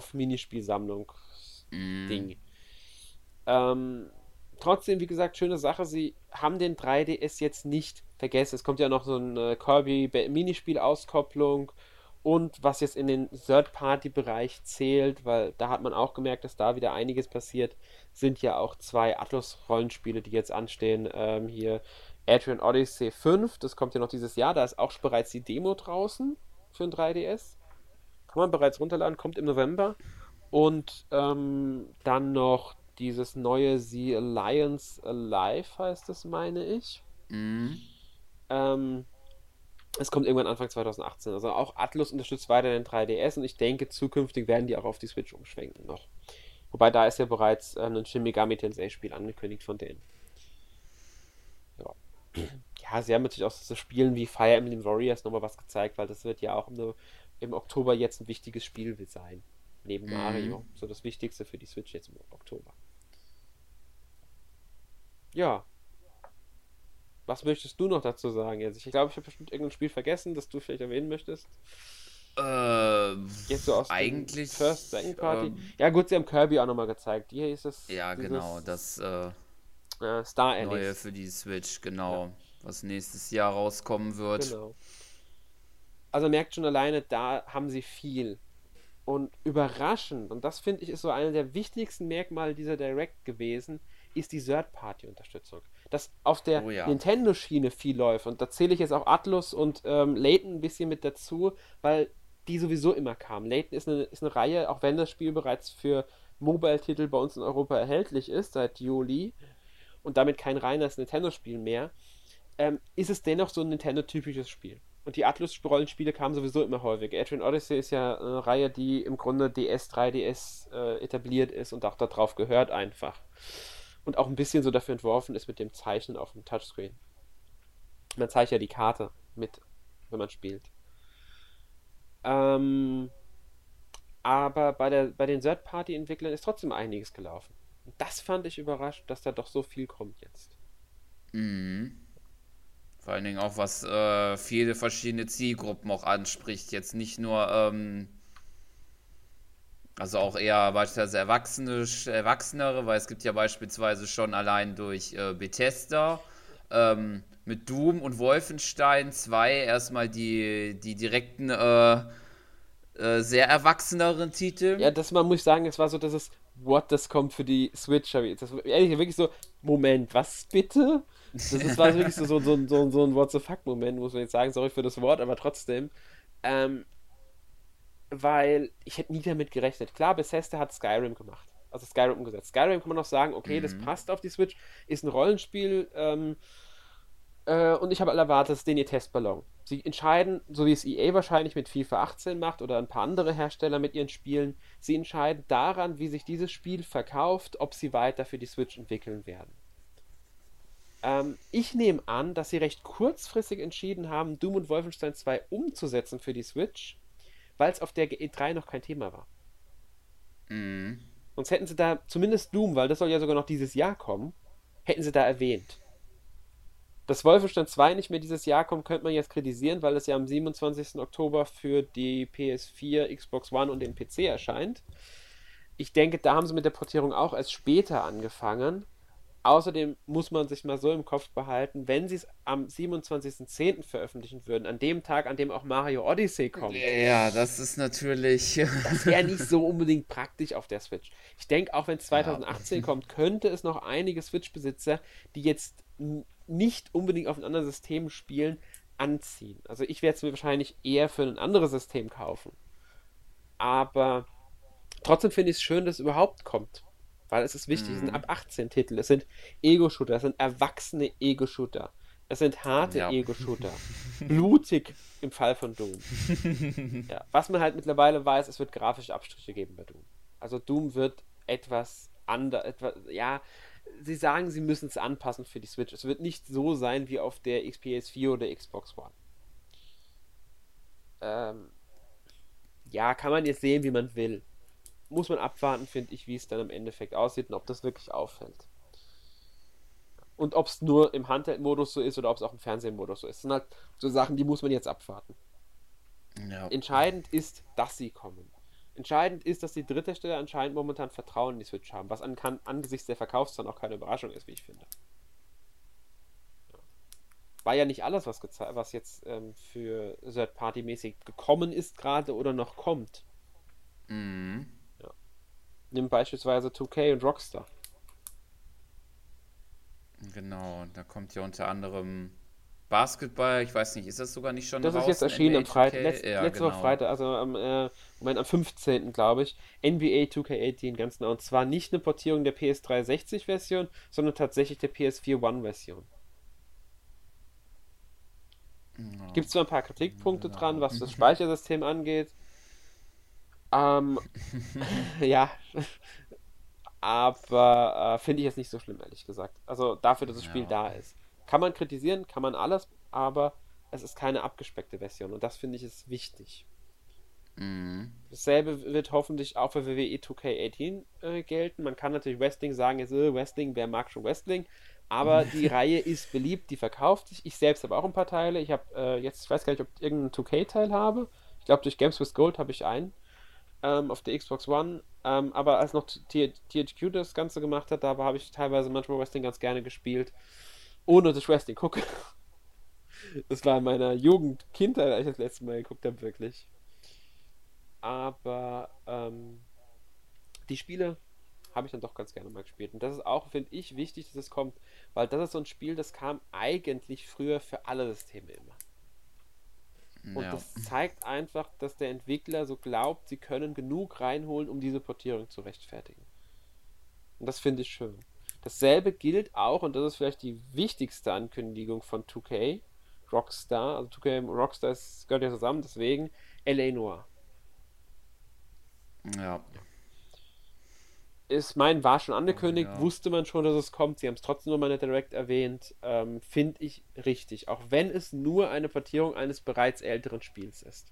Mhm. Best-of-Minispielsammlung-Ding. Ähm, trotzdem, wie gesagt, schöne Sache. Sie haben den drei D S jetzt nicht vergessen. Es kommt ja noch so eine Kirby-Minispiel-Auskopplung und was jetzt in den Third-Party-Bereich zählt, weil da hat man auch gemerkt, dass da wieder einiges passiert, sind ja auch zwei Atlus-Rollenspiele, die jetzt anstehen. Ähm, hier Adrian Odyssey fünf, das kommt ja noch dieses Jahr. Da ist auch bereits die Demo draußen für den drei D S. Kann man bereits runterladen, kommt im November. Und ähm, dann noch dieses neue The Alliance Alive heißt es, meine ich. Mhm. Ähm, es kommt irgendwann Anfang zwanzig achtzehn. Also auch Atlus unterstützt weiter den drei D S und ich denke, zukünftig werden die auch auf die Switch umschwenken noch. Wobei da ist ja bereits ähm, ein Shin Megami Tensei Spiel angekündigt von denen. Ja. Ja, sie haben natürlich auch so Spielen wie Fire Emblem Warriors nochmal was gezeigt, weil das wird ja auch im, im Oktober jetzt ein wichtiges Spiel sein. Neben Mhm. Mario. So das Wichtigste für die Switch jetzt im Oktober. Ja, was möchtest du noch dazu sagen jetzt? Ich glaube, ich habe bestimmt irgendein Spiel vergessen, das du vielleicht erwähnen möchtest. Äh, Jetzt so aus dem First, eigentlich, Second Party. ähm, Ja, gut, sie haben Kirby auch nochmal gezeigt. Hier ist es ja, genau, dieses das äh, äh, Star Neue Allies. für die Switch, Ja, genau, was nächstes Jahr rauskommen wird. genau. Also merkt schon alleine, da haben sie viel. Und überraschend, und das finde ich ist so einer der wichtigsten Merkmale dieser Direct gewesen, ist die Third-Party-Unterstützung. Dass auf der Oh ja. Nintendo-Schiene viel läuft, und da zähle ich jetzt auch Atlus und ähm, Layton ein bisschen mit dazu, weil die sowieso immer kamen. Layton ist eine, ist eine Reihe, auch wenn das Spiel bereits für Mobile-Titel bei uns in Europa erhältlich ist, seit Juli, und damit kein reines Nintendo-Spiel mehr, ähm, ist es dennoch so ein Nintendo-typisches Spiel. Und die Atlus-Rollenspiele kamen sowieso immer häufig. Adrian Odyssey ist ja eine Reihe, die im Grunde D S, drei D S äh, etabliert ist und auch darauf gehört einfach. Und auch ein bisschen so dafür entworfen ist mit dem Zeichnen auf dem Touchscreen. Man zeigt ja die Karte mit, wenn man spielt. Ähm, aber bei, der, bei den Third-Party-Entwicklern ist trotzdem einiges gelaufen. Und das fand ich überrascht, dass da doch so viel kommt jetzt. Mhm. Vor allen Dingen auch, was äh, viele verschiedene Zielgruppen auch anspricht. Jetzt nicht nur ähm, Also auch eher beispielsweise Erwachsene, Erwachsenere, weil es gibt ja beispielsweise schon allein durch äh, Bethesda ähm, mit Doom und Wolfenstein zwei erstmal die, die direkten, äh, äh, sehr erwachseneren Titel. Ja, das mal muss ich sagen, es war so, dass es, what, das kommt für die Switch. hab ich- Das war ehrlich wirklich so, Moment, was bitte? Das ist, war wirklich so, so, so, so, so ein What the fuck-Moment, muss man jetzt sagen, sorry für das Wort, aber trotzdem. Ähm, weil ich hätte nie damit gerechnet. Klar, Bethesda hat Skyrim gemacht. Also Skyrim umgesetzt. Skyrim kann man noch sagen, okay, das Mhm. passt auf die Switch, ist ein Rollenspiel, ähm, äh, und ich habe alle erwartet, das ist den ihr Testballon. Sie entscheiden, so wie es E A wahrscheinlich mit FIFA achtzehn macht oder ein paar andere Hersteller mit ihren Spielen, sie entscheiden daran, wie sich dieses Spiel verkauft, ob sie weiter für die Switch entwickeln werden. Ähm, ich nehme an, dass sie recht kurzfristig entschieden haben, Doom und Wolfenstein zwei umzusetzen für die Switch, weil es auf der E drei noch kein Thema war. Mhm. Sonst hätten sie da zumindest Doom, weil das soll ja sogar noch dieses Jahr kommen, hätten sie da erwähnt. Dass Wolfenstein zwei nicht mehr dieses Jahr kommt, könnte man jetzt kritisieren, weil es ja am siebenundzwanzigsten Oktober für die P S vier, Xbox One und den P C erscheint. Ich denke, da haben sie mit der Portierung auch erst später angefangen. Außerdem muss man sich mal so im Kopf behalten, wenn sie es am siebenundzwanzigsten zehnten veröffentlichen würden, an dem Tag, an dem auch Mario Odyssey kommt, Ja, das ist natürlich. das wäre nicht so unbedingt praktisch auf der Switch. Ich denke, auch wenn es Ja. zweitausendachtzehn kommt, könnte es noch einige Switch-Besitzer, die jetzt n- nicht unbedingt auf ein anderes System spielen, anziehen. Also ich werde es mir wahrscheinlich eher für ein anderes System kaufen. Aber trotzdem finde ich es schön, dass es überhaupt kommt. Weil es ist wichtig, es sind Mhm. ab achtzehn Titel, es sind Ego-Shooter, es sind erwachsene Ego-Shooter, es sind harte Ja. Ego-Shooter. Blutig im Fall von Doom. Ja, was man halt mittlerweile weiß, es wird grafische Abstriche geben bei Doom. Also Doom wird etwas anders, etwas, ja, sie sagen, sie müssen es anpassen für die Switch. Es wird nicht so sein wie auf der X P S vier oder Xbox One. Ähm, ja, kann man jetzt sehen, wie man will. Muss man abwarten, finde ich, wie es dann im Endeffekt aussieht und ob das wirklich auffällt. Und ob es nur im Handheld-Modus so ist oder ob es auch im Fernsehmodus so ist. Das sind halt so Sachen, die muss man jetzt abwarten. Ja. Entscheidend ist, dass sie kommen. Entscheidend ist, dass die Dritthersteller anscheinend momentan Vertrauen in die Switch haben, was an, kann, angesichts der Verkaufszahlen auch keine Überraschung ist, wie ich finde. War ja nicht alles, was, was jetzt ähm, für Third-Party-mäßig gekommen ist gerade oder noch kommt. Mhm. Ja. Nimm beispielsweise zwei K und Rockstar. Genau, da kommt ja unter anderem Basketball, ich weiß nicht, ist das sogar nicht schon Das ist jetzt draußen, erschienen am N B A Freitag, zwei K? letzt, Ja, letzte Woche genau. Freitag, also am, äh, Moment, am fünfzehnten glaube ich, N B A zwei K achtzehn, ganz genau. Und zwar nicht eine Portierung der P S dreihundertsechzig-Version, sondern tatsächlich der P S vier One-Version. Ja, Gibt zwar ein paar Kritikpunkte dran, genau. was das Speichersystem angeht. Ähm, ja, aber äh, finde ich jetzt nicht so schlimm, ehrlich gesagt. Also dafür, dass das Spiel Ja. da ist. Kann man kritisieren, kann man alles, aber es ist keine abgespeckte Version und das finde ich ist wichtig. Mhm. Dasselbe wird hoffentlich auch für W W E zwei K achtzehn äh, gelten. Man kann natürlich Wrestling sagen, jetzt, äh, Wrestling, wer mag schon Wrestling? Aber die Reihe ist beliebt, die verkauft sich. Ich selbst habe auch ein paar Teile. Ich habe äh, jetzt, ich weiß gar nicht, ob ich irgendeinen zwei K-Teil habe. Ich glaube, durch Games with Gold habe ich einen ähm, auf der Xbox One. Ähm, aber als noch T H Q das Ganze gemacht hat, da habe ich teilweise manchmal Wrestling ganz gerne gespielt, ohne dass ich Wrestling gucke. Das war in meiner Jugend, Kindheit, als ich das letzte Mal geguckt habe, wirklich. Aber ähm, die Spiele habe ich dann doch ganz gerne mal gespielt. Und das ist auch, finde ich, wichtig, dass es kommt, weil das ist so ein Spiel, das kam eigentlich früher für alle Systeme immer. Und Ja. das zeigt einfach, dass der Entwickler so glaubt, sie können genug reinholen, um diese Portierung zu rechtfertigen. Und das finde ich schön. Dasselbe gilt auch, und das ist vielleicht die wichtigste Ankündigung von zwei K, Rockstar, also zwei K und Rockstar ist, gehört ja zusammen, deswegen L A Noir. Ja. Ist mein, war schon angekündigt, Ja. wusste man schon, dass es kommt. Sie haben es trotzdem nochmal nicht direkt erwähnt. Ähm, Finde ich richtig. Auch wenn es nur eine Portierung eines bereits älteren Spiels ist.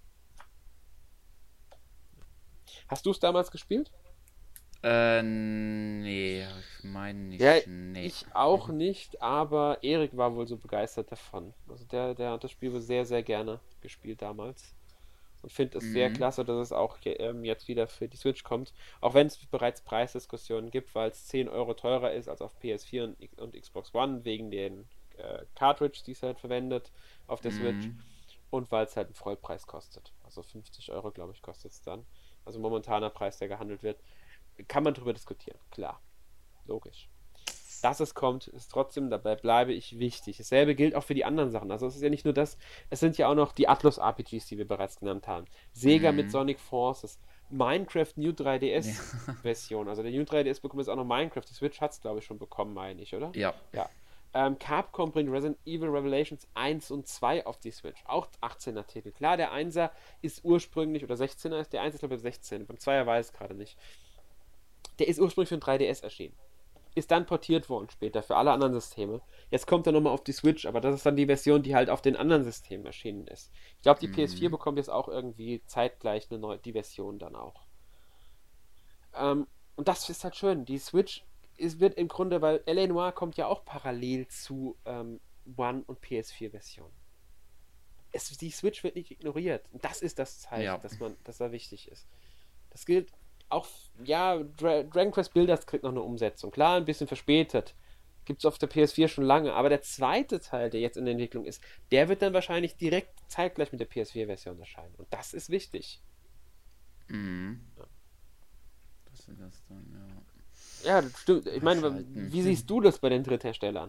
Hast du es damals gespielt? Äh, nee, ich meine Ja, nicht. Nee. ich auch nicht, aber Erik war wohl so begeistert davon. Also der, der hat das Spiel wohl sehr, sehr gerne gespielt damals. und finde es sehr Mhm. klasse, dass es auch je- ähm, jetzt wieder für die Switch kommt. Auch wenn es bereits Preisdiskussionen gibt, weil es zehn Euro teurer ist als auf P S vier und, X- und Xbox One wegen den äh, Cartridge, die es halt verwendet auf der Switch Mhm. und weil es halt einen Vollpreis kostet. Also fünfzig Euro, glaube ich, kostet es dann. Also momentaner Preis, der gehandelt wird. Kann man drüber diskutieren, klar, logisch. Dass es kommt, ist trotzdem, dabei bleibe ich wichtig. Dasselbe gilt auch für die anderen Sachen. Also es ist ja nicht nur das, es sind ja auch noch die Atlus-R P Gs, die wir bereits genannt haben. Sega mit Mhm. Sonic Forces, Minecraft New Ja. drei D S-Version. Also der New drei D S bekommt jetzt auch noch Minecraft. Die Switch hat es, glaube ich, schon bekommen, meine ich, oder? Ja. Ja. Ähm, Capcom bringt Resident Evil Revelations eins und zwei auf die Switch. Auch achtzehner Titel. Klar, der Einser ist ursprünglich, oder sechzehner ist der eins, ist glaube ich sechzehn. Beim Zweier weiß ich gerade nicht. Der ist ursprünglich für den drei D S erschienen, ist dann portiert worden später für alle anderen Systeme. Jetzt kommt er nochmal auf die Switch, aber das ist dann die Version, die halt auf den anderen Systemen erschienen ist. Ich glaube, die P S vier Mhm. bekommt jetzt auch irgendwie zeitgleich eine neue, die Version dann auch. Ähm, und das ist halt schön. Die Switch ist, wird im Grunde, weil L A Noire kommt ja auch parallel zu ähm, One- und P S vier-Version. Es, die Switch wird nicht ignoriert. Und das ist das Zeichen, Ja. dass man, dass da wichtig ist. Das gilt auch, ja, Dra Dragon Quest Builders kriegt noch eine Umsetzung. Klar, ein bisschen verspätet. Gibt es auf der P S vier schon lange. Aber der zweite Teil, der jetzt in der Entwicklung ist, der wird dann wahrscheinlich direkt zeitgleich mit der P S vier-Version erscheinen. Und das ist wichtig. Mhm. Das ist das dann, ja. Ja, das stimmt. Ich meine, Überschalten. wie siehst du das bei den Drittherstellern?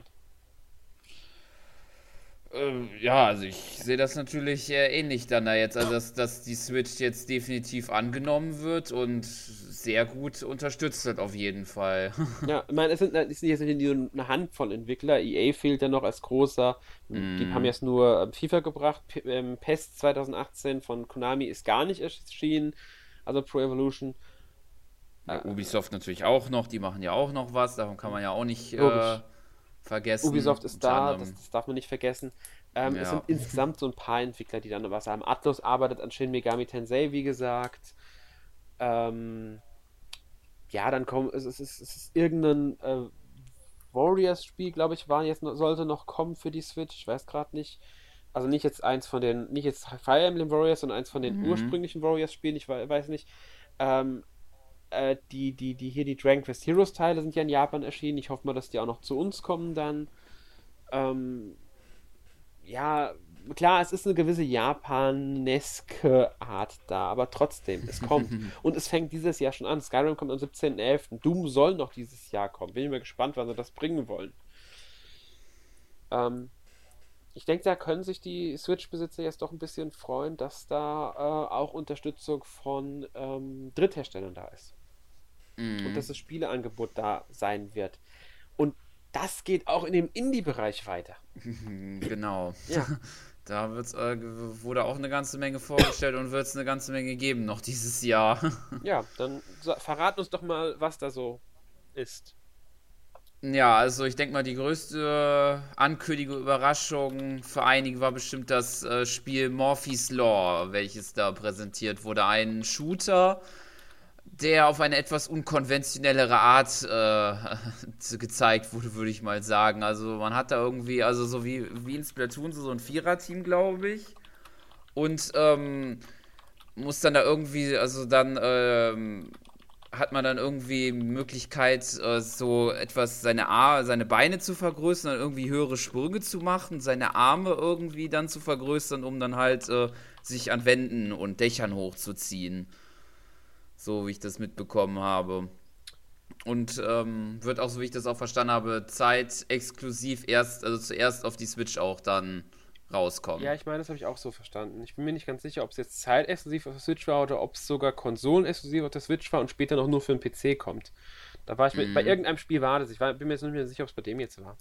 Ähm, ja, also ich sehe das natürlich äh, ähnlich dann da jetzt. Also, dass, dass die Switch jetzt definitiv angenommen wird und sehr gut unterstützt wird, auf jeden Fall. Ja, ich meine, es sind, es sind jetzt nicht nur eine Handvoll Entwickler. E A fehlt ja noch als großer. Die haben Mhm. jetzt nur ähm, FIFA gebracht. P ähm, PES zwanzig achtzehn von Konami ist gar nicht erschienen. Also Pro Evolution. Ja, Äh, Ubisoft natürlich auch noch, die machen ja auch noch was, davon kann man ja auch nicht äh, logisch. vergessen. Ubisoft ist Unter da, das, anderem, das darf man nicht vergessen. Ähm, es ja. sind insgesamt so ein paar Entwickler, die dann was haben. Atlus arbeitet an Shin Megami Tensei, wie gesagt. Ähm, ja, dann kommt, es ist, es ist irgendein äh, Warriors-Spiel, glaube ich, war jetzt, sollte noch kommen für die Switch. Ich weiß gerade nicht. Also nicht jetzt eins von den, nicht jetzt Fire Emblem Warriors, sondern eins von den Mhm. ursprünglichen Warriors-Spielen. Ich weiß nicht. Ähm, äh, die, die, die hier, die Dragon Quest Heroes Teile sind ja in Japan erschienen. Ich hoffe mal, dass die auch noch zu uns kommen dann. Ähm, ja, klar, es ist eine gewisse japaneske Art da, aber trotzdem, es kommt. Und es fängt dieses Jahr schon an. Skyrim kommt am siebzehnten elften. Doom soll noch dieses Jahr kommen. Bin ich mal gespannt, wann sie das bringen wollen. Ähm, ich denke, da können sich die Switch-Besitzer jetzt doch ein bisschen freuen, dass da äh, auch Unterstützung von ähm, Drittherstellern da ist. Und Mhm. dass das Spieleangebot da sein wird. Und das geht auch in dem Indie-Bereich weiter. Genau. Ja, Da wird's, äh, wurde auch eine ganze Menge vorgestellt und wird es eine ganze Menge geben noch dieses Jahr. ja, dann sa- verrat uns doch mal, was da so ist. Ja, also ich denke mal, die größte Ankündigung, Überraschung für einige war bestimmt das äh, Spiel Morphe's Law, welches da präsentiert wurde. Ein Shooter, der auf eine etwas unkonventionellere Art äh, gezeigt wurde, würde ich mal sagen. Also man hat da irgendwie, also so wie, wie in Splatoon, so, so ein Viererteam, glaube ich. Und ähm, muss dann da irgendwie, also dann ähm, hat man dann irgendwie Möglichkeit, äh, so etwas seine Ar seine Beine zu vergrößern, dann irgendwie höhere Sprünge zu machen, seine Arme irgendwie dann zu vergrößern, um dann halt äh, sich an Wänden und Dächern hochzuziehen. So wie ich das mitbekommen habe. Und ähm, wird auch, so wie ich das auch verstanden habe, zeitexklusiv erst, also zuerst auf die Switch auch dann Ja, rauskommen. ich meine, das habe ich auch so verstanden. Ich bin mir nicht ganz sicher, ob es jetzt zeitexklusiv auf der Switch war oder ob es sogar konsolenexklusiv auf der Switch war und später noch nur für den P C kommt. Da war ich mit, bei Mhm. irgendeinem Spiel war das. Ich war, bin mir jetzt nicht mehr sicher, ob es bei dem jetzt war.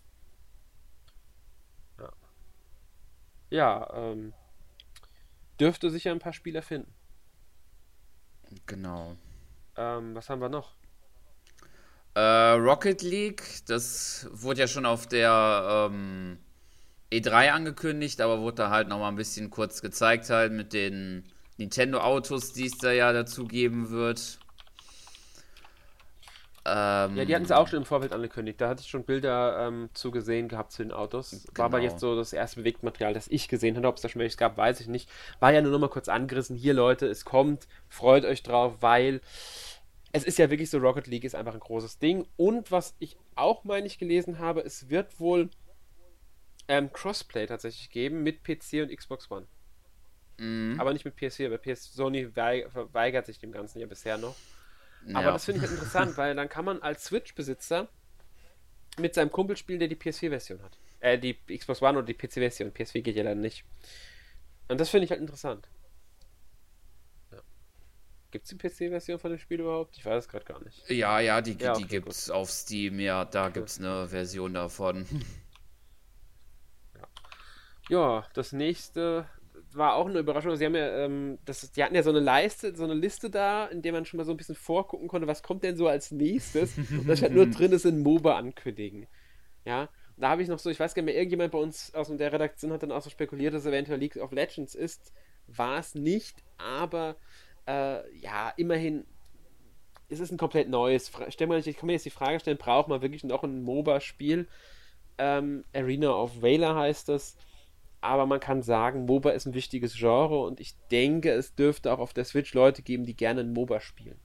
Ja, ja ähm, dürfte sicher ein paar Spieler finden. Genau. Ähm, was haben wir noch? Äh, Rocket League, das wurde ja schon auf der ähm, E drei angekündigt, aber wurde da halt nochmal ein bisschen kurz gezeigt halt mit den Nintendo-Autos, die es da ja dazu geben wird. Ja, die hatten es auch Ähm, schon im Vorfeld angekündigt. Da hatte ich schon Bilder ähm, zu gesehen gehabt zu den Autos. War aber jetzt genau. so das erste Bewegtmaterial, das ich gesehen hatte. Ob es da schon welches gab, weiß ich nicht. War ja nur noch mal kurz angerissen. Hier, Leute, es kommt. Freut euch drauf, weil es ist ja wirklich so, Rocket League ist einfach ein großes Ding. Und was ich auch, meine ich, gelesen habe, es wird wohl ähm, Crossplay tatsächlich geben mit P C und Xbox One. Mhm. Aber nicht mit P S vier, weil P S Sony wei verweigert sich dem Ganzen ja bisher noch. Aber Ja. das finde ich halt interessant, weil dann kann man als Switch-Besitzer mit seinem Kumpel spielen, der die P S vier-Version hat. Äh, die Xbox One oder die P C-Version. P S vier geht ja dann nicht. Und das finde ich halt interessant. Ja. Gibt es die P C-Version von dem Spiel überhaupt? Ich weiß es gerade gar nicht. Ja, ja, die, Ja, die okay, gut. gibt's auf Steam, ja, da Okay. gibt's eine Version davon. Ja. Ja, das nächste war auch eine Überraschung. Sie haben ja, ähm, das, die hatten ja so eine Leiste, so eine Liste da, in der man schon mal so ein bisschen vorgucken konnte, was kommt denn so als nächstes. Und da stand nur drin, es sind MOBA ankündigen. Ja, da habe ich noch so, ich weiß gar nicht mehr, irgendjemand bei uns aus der Redaktion hat dann auch so spekuliert, dass es eventuell League of Legends ist. War es nicht, aber äh, ja, immerhin, es ist ein komplett neues. Fra- Stell mal, ich kann mir jetzt die Frage stellen, braucht man wirklich noch ein MOBA-Spiel? Ähm, Arena of Valor heißt das. Aber man kann sagen, MOBA ist ein wichtiges Genre und ich denke, es dürfte auch auf der Switch Leute geben, die gerne ein MOBA spielen.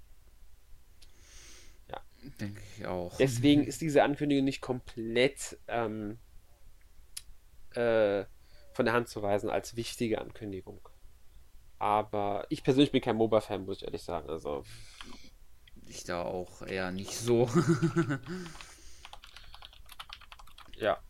Ja. Denke ich auch. Deswegen ist diese Ankündigung nicht komplett ähm, äh, von der Hand zu weisen als wichtige Ankündigung. Aber ich persönlich bin kein MOBA-Fan, muss ich ehrlich sagen. Also, Ich da auch eher nicht so. ja.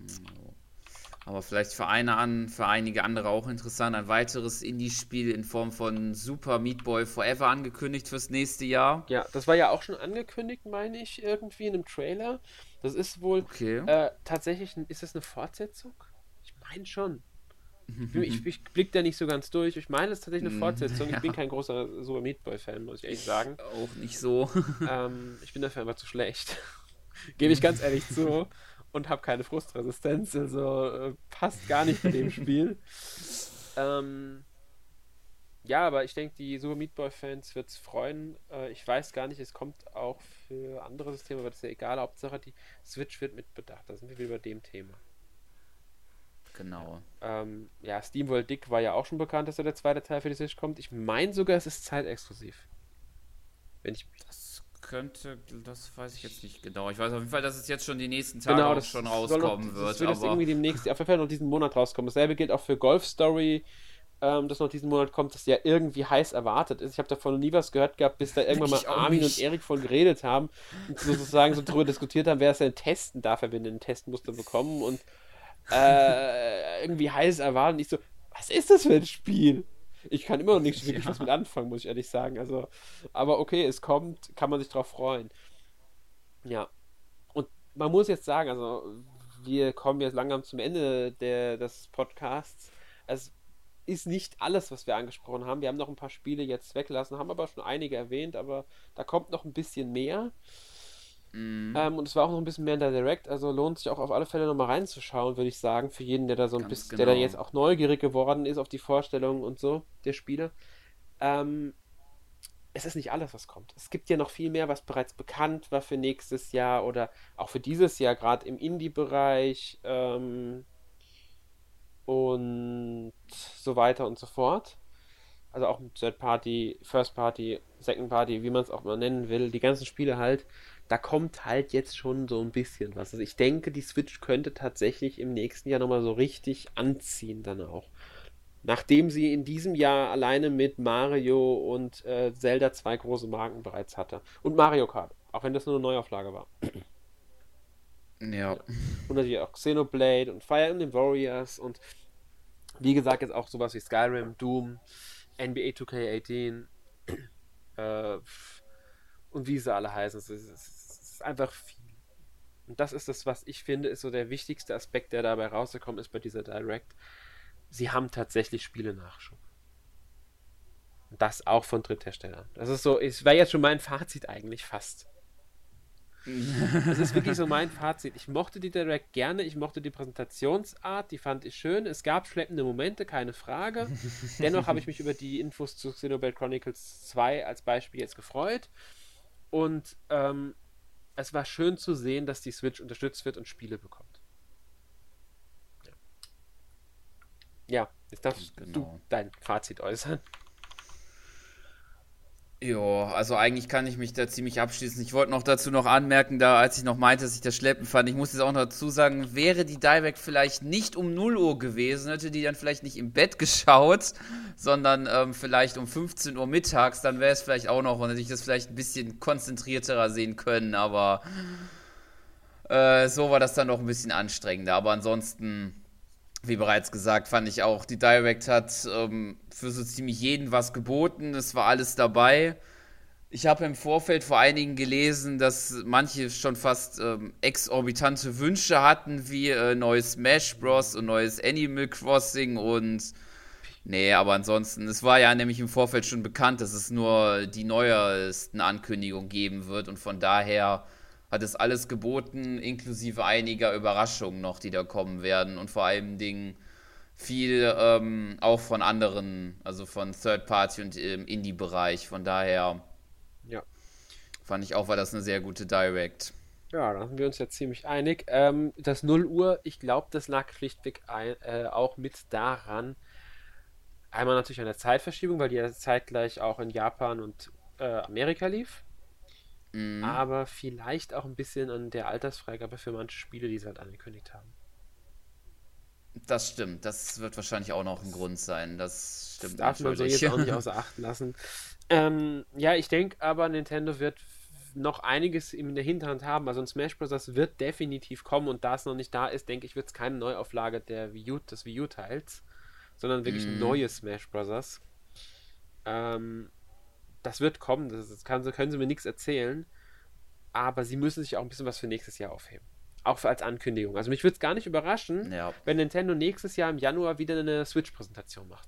Aber vielleicht für eine an, für einige andere auch interessant. Ein weiteres Indie-Spiel in Form von Super Meat Boy Forever angekündigt fürs nächste Jahr. Ja, das war ja auch schon angekündigt, meine ich, irgendwie in einem Trailer. Das ist wohl Okay. äh, tatsächlich, ist das eine Fortsetzung? Ich meine schon. Ich, bin- ich, ich blick da nicht so ganz durch. Ich meine, es ist tatsächlich eine Hm, Fortsetzung. Ich bin ja, kein großer Super Meat Boy-Fan, muss ich ehrlich sagen. auch nicht so. Ähm, ich bin dafür einfach zu schlecht. Gebe ich ganz ehrlich zu. Und habe keine Frustresistenz. Also äh, passt gar nicht bei dem Spiel. Ähm, ja, aber ich denke, die Super Meat Boy-Fans wird es freuen. Äh, ich weiß gar nicht, es kommt auch für andere Systeme, aber das ist ja egal. Hauptsache, die Switch wird mitbedacht. Da sind wir wieder bei dem Thema. Genau. Ähm, ja, SteamWorld Dick war ja auch schon bekannt, dass da der zweite Teil für die Switch kommt. Ich meine sogar, es ist zeitexklusiv. Wenn ich mich. Das könnte, das weiß ich jetzt nicht genau. Ich weiß auf jeden Fall, dass es jetzt schon die nächsten Tage Genau, auch das schon soll noch, rauskommen das wird, wird jetzt aber irgendwie demnächst, auf jeden Fall noch diesen Monat rauskommen. Dasselbe gilt auch für Golf Story, ähm, das noch diesen Monat kommt, das ja irgendwie heiß erwartet ist. Ich habe davon noch nie was gehört gehabt, bis da irgendwann mal ich auch Armin und nicht. Erik von geredet haben und sozusagen so drüber diskutiert haben, wer es denn testen darf, wenn wir ein Testmuster bekommen und äh, irgendwie heiß erwartet. Und ich so, was ist das für ein Spiel? Ich kann immer noch nicht wirklich was mit Ja, anfangen, muss ich ehrlich sagen. Also, aber okay, es kommt, kann man sich drauf freuen. Ja. Und man muss jetzt sagen, also wir kommen jetzt langsam zum Ende der, des Podcasts. Es ist nicht alles, was wir angesprochen haben. Wir haben noch ein paar Spiele jetzt weggelassen, haben aber schon einige erwähnt, aber da kommt noch ein bisschen mehr. mm, Ähm, und es war auch noch ein bisschen mehr in der Direct, also lohnt sich auch auf alle Fälle nochmal reinzuschauen, würde ich sagen, für jeden, der da so ein ganz bisschen, der da genau. jetzt auch neugierig geworden ist auf die Vorstellungen und so der Spiele. Ähm, es ist nicht alles, was kommt. Es gibt ja noch viel mehr, was bereits bekannt war für nächstes Jahr oder auch für dieses Jahr, gerade im Indie-Bereich ähm, und so weiter und so fort. Also auch mit Third Party, First Party, Second Party, wie man es auch mal nennen will, die ganzen Spiele halt, da kommt halt jetzt schon so ein bisschen was. Also ich denke, die Switch könnte tatsächlich im nächsten Jahr nochmal so richtig anziehen dann auch. Nachdem sie in diesem Jahr alleine mit Mario und äh, Zelda zwei große Marken bereits hatte. Und Mario Kart, auch wenn das nur eine Neuauflage war. Ja, Ja. Und natürlich auch Xenoblade und Fire Emblem Warriors und wie gesagt jetzt auch sowas wie Skyrim, Doom, N B A two K eighteen äh, und wie sie alle heißen. Es ist, es ist einfach viel. Und das ist das, was ich finde, ist so der wichtigste Aspekt, der dabei rausgekommen ist bei dieser Direct. Sie haben tatsächlich Spiele-Nachschub. Und das auch von Drittherstellern. Das ist so, es wäre jetzt schon mein Fazit eigentlich fast. Es ist wirklich so mein Fazit. Ich mochte die Direct gerne, ich mochte die Präsentationsart, die fand ich schön. Es gab schleppende Momente, keine Frage. Dennoch habe ich mich über die Infos zu Xenoblade Chronicles zwei als Beispiel jetzt gefreut. Und ähm, es war schön zu sehen, dass die Switch unterstützt wird und Spiele bekommt. Ja, ja jetzt darfst genau. du dein Fazit äußern. Ja, also eigentlich kann ich mich da ziemlich abschließen. Ich wollte noch dazu noch anmerken, da als ich noch meinte, dass ich das schleppend fand, ich muss jetzt auch noch dazu sagen, wäre die Direct vielleicht nicht um null Uhr gewesen, hätte die dann vielleicht nicht im Bett geschaut, sondern ähm, vielleicht um fünfzehn Uhr mittags, dann wäre es vielleicht auch noch und hätte ich das vielleicht ein bisschen konzentrierter sehen können, aber äh, so war das dann noch ein bisschen anstrengender. Aber ansonsten, wie bereits gesagt, fand ich auch, die Direct hat ähm, für so ziemlich jeden was geboten. Es war alles dabei. Ich habe im Vorfeld vor einigen gelesen, dass manche schon fast ähm, exorbitante Wünsche hatten, wie äh, neues Smash Bros. Und neues Animal Crossing und nee, aber ansonsten, es war ja nämlich im Vorfeld schon bekannt, dass es nur die neuesten Ankündigungen geben wird und von daher hat es alles geboten, inklusive einiger Überraschungen noch, die da kommen werden und vor allen Dingen viel ähm, auch von anderen, also von Third Party und im Indie-Bereich. Von daher ja. fand ich auch, war das eine sehr gute Direct. Ja, da sind wir uns ja ziemlich einig. Ähm, das null Uhr, ich glaube, das lag schlichtweg ein, äh, auch mit daran, einmal natürlich an der Zeitverschiebung, weil die ja zeitgleich auch in Japan und äh, Amerika lief. Mhm. Aber vielleicht auch ein bisschen an der Altersfreigabe für manche Spiele, die sie halt angekündigt haben. Das stimmt, das wird wahrscheinlich auch noch ein Grund sein. Das stimmt, das darf man so jetzt auch nicht außer Acht lassen. Ähm, ja, ich denke aber, Nintendo wird noch einiges in der Hinterhand haben. Also ein Smash Bros. Wird definitiv kommen und da es noch nicht da ist, denke ich, wird es keine Neuauflage der Wii U, des Wii U-Teils, sondern wirklich mm. neue Smash Bros. Ähm, das wird kommen, das kann, können sie mir nichts erzählen, aber sie müssen sich auch ein bisschen was für nächstes Jahr aufheben. Auch für als Ankündigung. Also mich würde es gar nicht überraschen, ja. wenn Nintendo nächstes Jahr im Januar wieder eine Switch-Präsentation macht.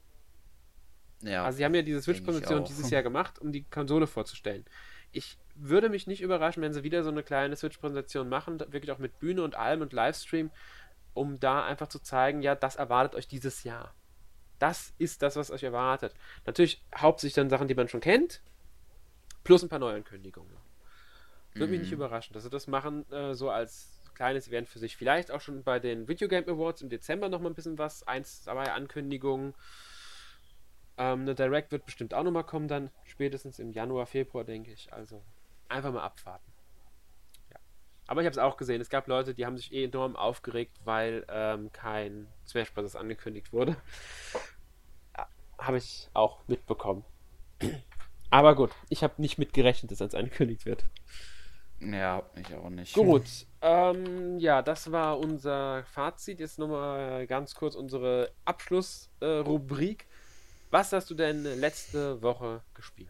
Ja, also sie haben ja diese Switch-Präsentation dieses Jahr gemacht, um die Konsole vorzustellen. Ich würde mich nicht überraschen, wenn sie wieder so eine kleine Switch-Präsentation machen, wirklich auch mit Bühne und allem und Livestream, um da einfach zu zeigen, ja, das erwartet euch dieses Jahr. Das ist das, was euch erwartet. Natürlich hauptsächlich dann Sachen, die man schon kennt, plus ein paar Neuankündigungen. Würde mhm. mich nicht überraschen, dass sie das machen, äh, so als kleines Event für sich. Vielleicht auch schon bei den Video Game Awards im Dezember noch mal ein bisschen was, eins, zwei Ankündigungen. Ähm, eine Direct wird bestimmt auch nochmal kommen, dann spätestens im Januar, Februar, denke ich. Also einfach mal abwarten. Ja. Aber ich habe es auch gesehen, es gab Leute, die haben sich eh enorm aufgeregt, weil ähm, kein Smash Bros. Angekündigt wurde. Ja, habe ich auch mitbekommen. Aber gut, ich habe nicht mitgerechnet, dass das angekündigt wird. Ja, ich auch nicht. Gut, ähm, ja, das war unser Fazit. Jetzt nochmal ganz kurz unsere Abschlussrubrik. Äh, Was hast du denn letzte Woche gespielt?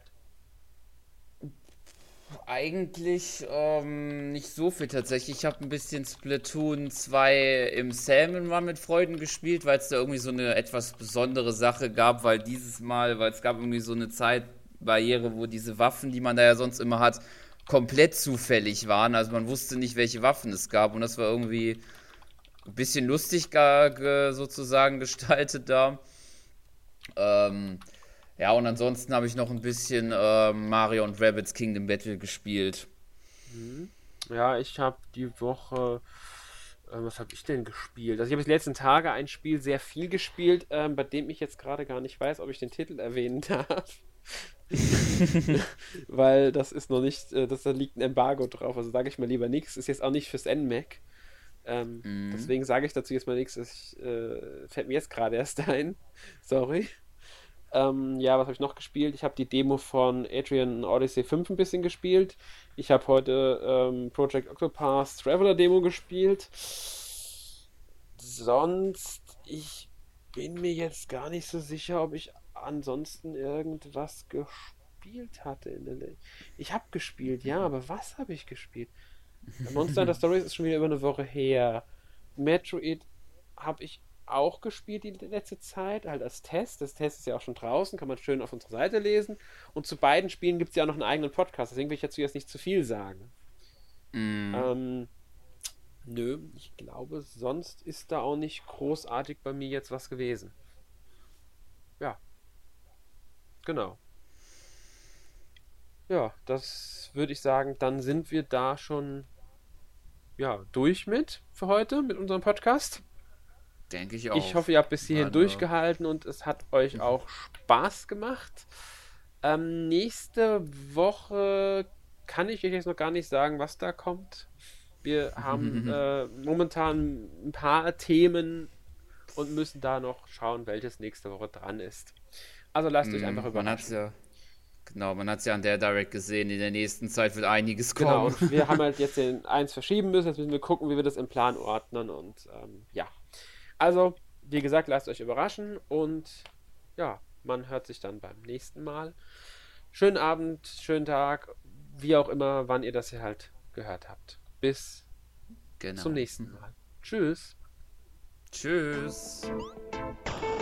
Eigentlich ähm, nicht so viel tatsächlich. Ich habe ein bisschen Splatoon zwei im Salmon Run mit Freunden gespielt, weil es da irgendwie so eine etwas besondere Sache gab, weil dieses Mal, weil es gab irgendwie so eine Zeitbarriere, wo diese Waffen, die man da ja sonst immer hat, komplett zufällig waren. Also man wusste nicht, welche Waffen es gab und das war irgendwie ein bisschen lustig gar, sozusagen gestaltet da. Ähm, ja, und ansonsten habe ich noch ein bisschen äh, Mario und Rabbids Kingdom Battle gespielt. Ja, ich habe die Woche, äh, was habe ich denn gespielt? Also ich habe die letzten Tage ein Spiel sehr viel gespielt, äh, bei dem ich jetzt gerade gar nicht weiß, ob ich den Titel erwähnen darf. Weil das ist noch nicht, äh, das, da liegt ein Embargo drauf, also sage ich mal lieber nichts. Ist jetzt auch nicht fürs N M A C. Ähm, mhm. Deswegen sage ich dazu jetzt mal nichts. Das äh, fällt mir jetzt gerade erst ein. Sorry. Ähm, ja, was habe ich noch gespielt? Ich habe die Demo von Adrian Odyssey fünf ein bisschen gespielt. Ich habe heute ähm, Project Octopath Traveler Demo gespielt. Sonst, ich bin mir jetzt gar nicht so sicher, ob ich ansonsten irgendwas gespielt hatte. In der Le- ich habe gespielt, ja, aber was habe ich gespielt? Monster Hunter Stories ist schon wieder über eine Woche her. Metroid habe ich auch gespielt die letzte Zeit, halt als Test. Das Test ist ja auch schon draußen, kann man schön auf unserer Seite lesen. Und zu beiden Spielen gibt es ja auch noch einen eigenen Podcast, deswegen will ich dazu jetzt nicht zu viel sagen. Mm. Ähm, nö, ich glaube, sonst ist da auch nicht großartig bei mir jetzt was gewesen. Ja. Genau. Ja, das würde ich sagen, dann sind wir da schon ja, durch mit für heute, mit unserem Podcast. Denke ich Ich auch. hoffe, ihr habt bis War hierhin eine, durchgehalten und es hat euch auch Spaß gemacht. Ähm, nächste Woche kann ich euch jetzt noch gar nicht sagen, was da kommt. Wir haben äh, momentan ein paar Themen und müssen da noch schauen, welches nächste Woche dran ist. Also lasst euch einfach hm, man hat's überraschen. ja, genau, man hat's ja an der Direct gesehen. In der nächsten Zeit wird einiges Genau, kommen. und wir haben halt jetzt den eins verschieben müssen. Jetzt müssen wir gucken, wie wir das im Plan ordnen. Und ähm, ja, also, wie gesagt, lasst euch überraschen und ja, man hört sich dann beim nächsten Mal. Schönen Abend, schönen Tag, wie auch immer, wann ihr das hier halt gehört habt. Bis zum Genau. nächsten Mal. Tschüss. Tschüss.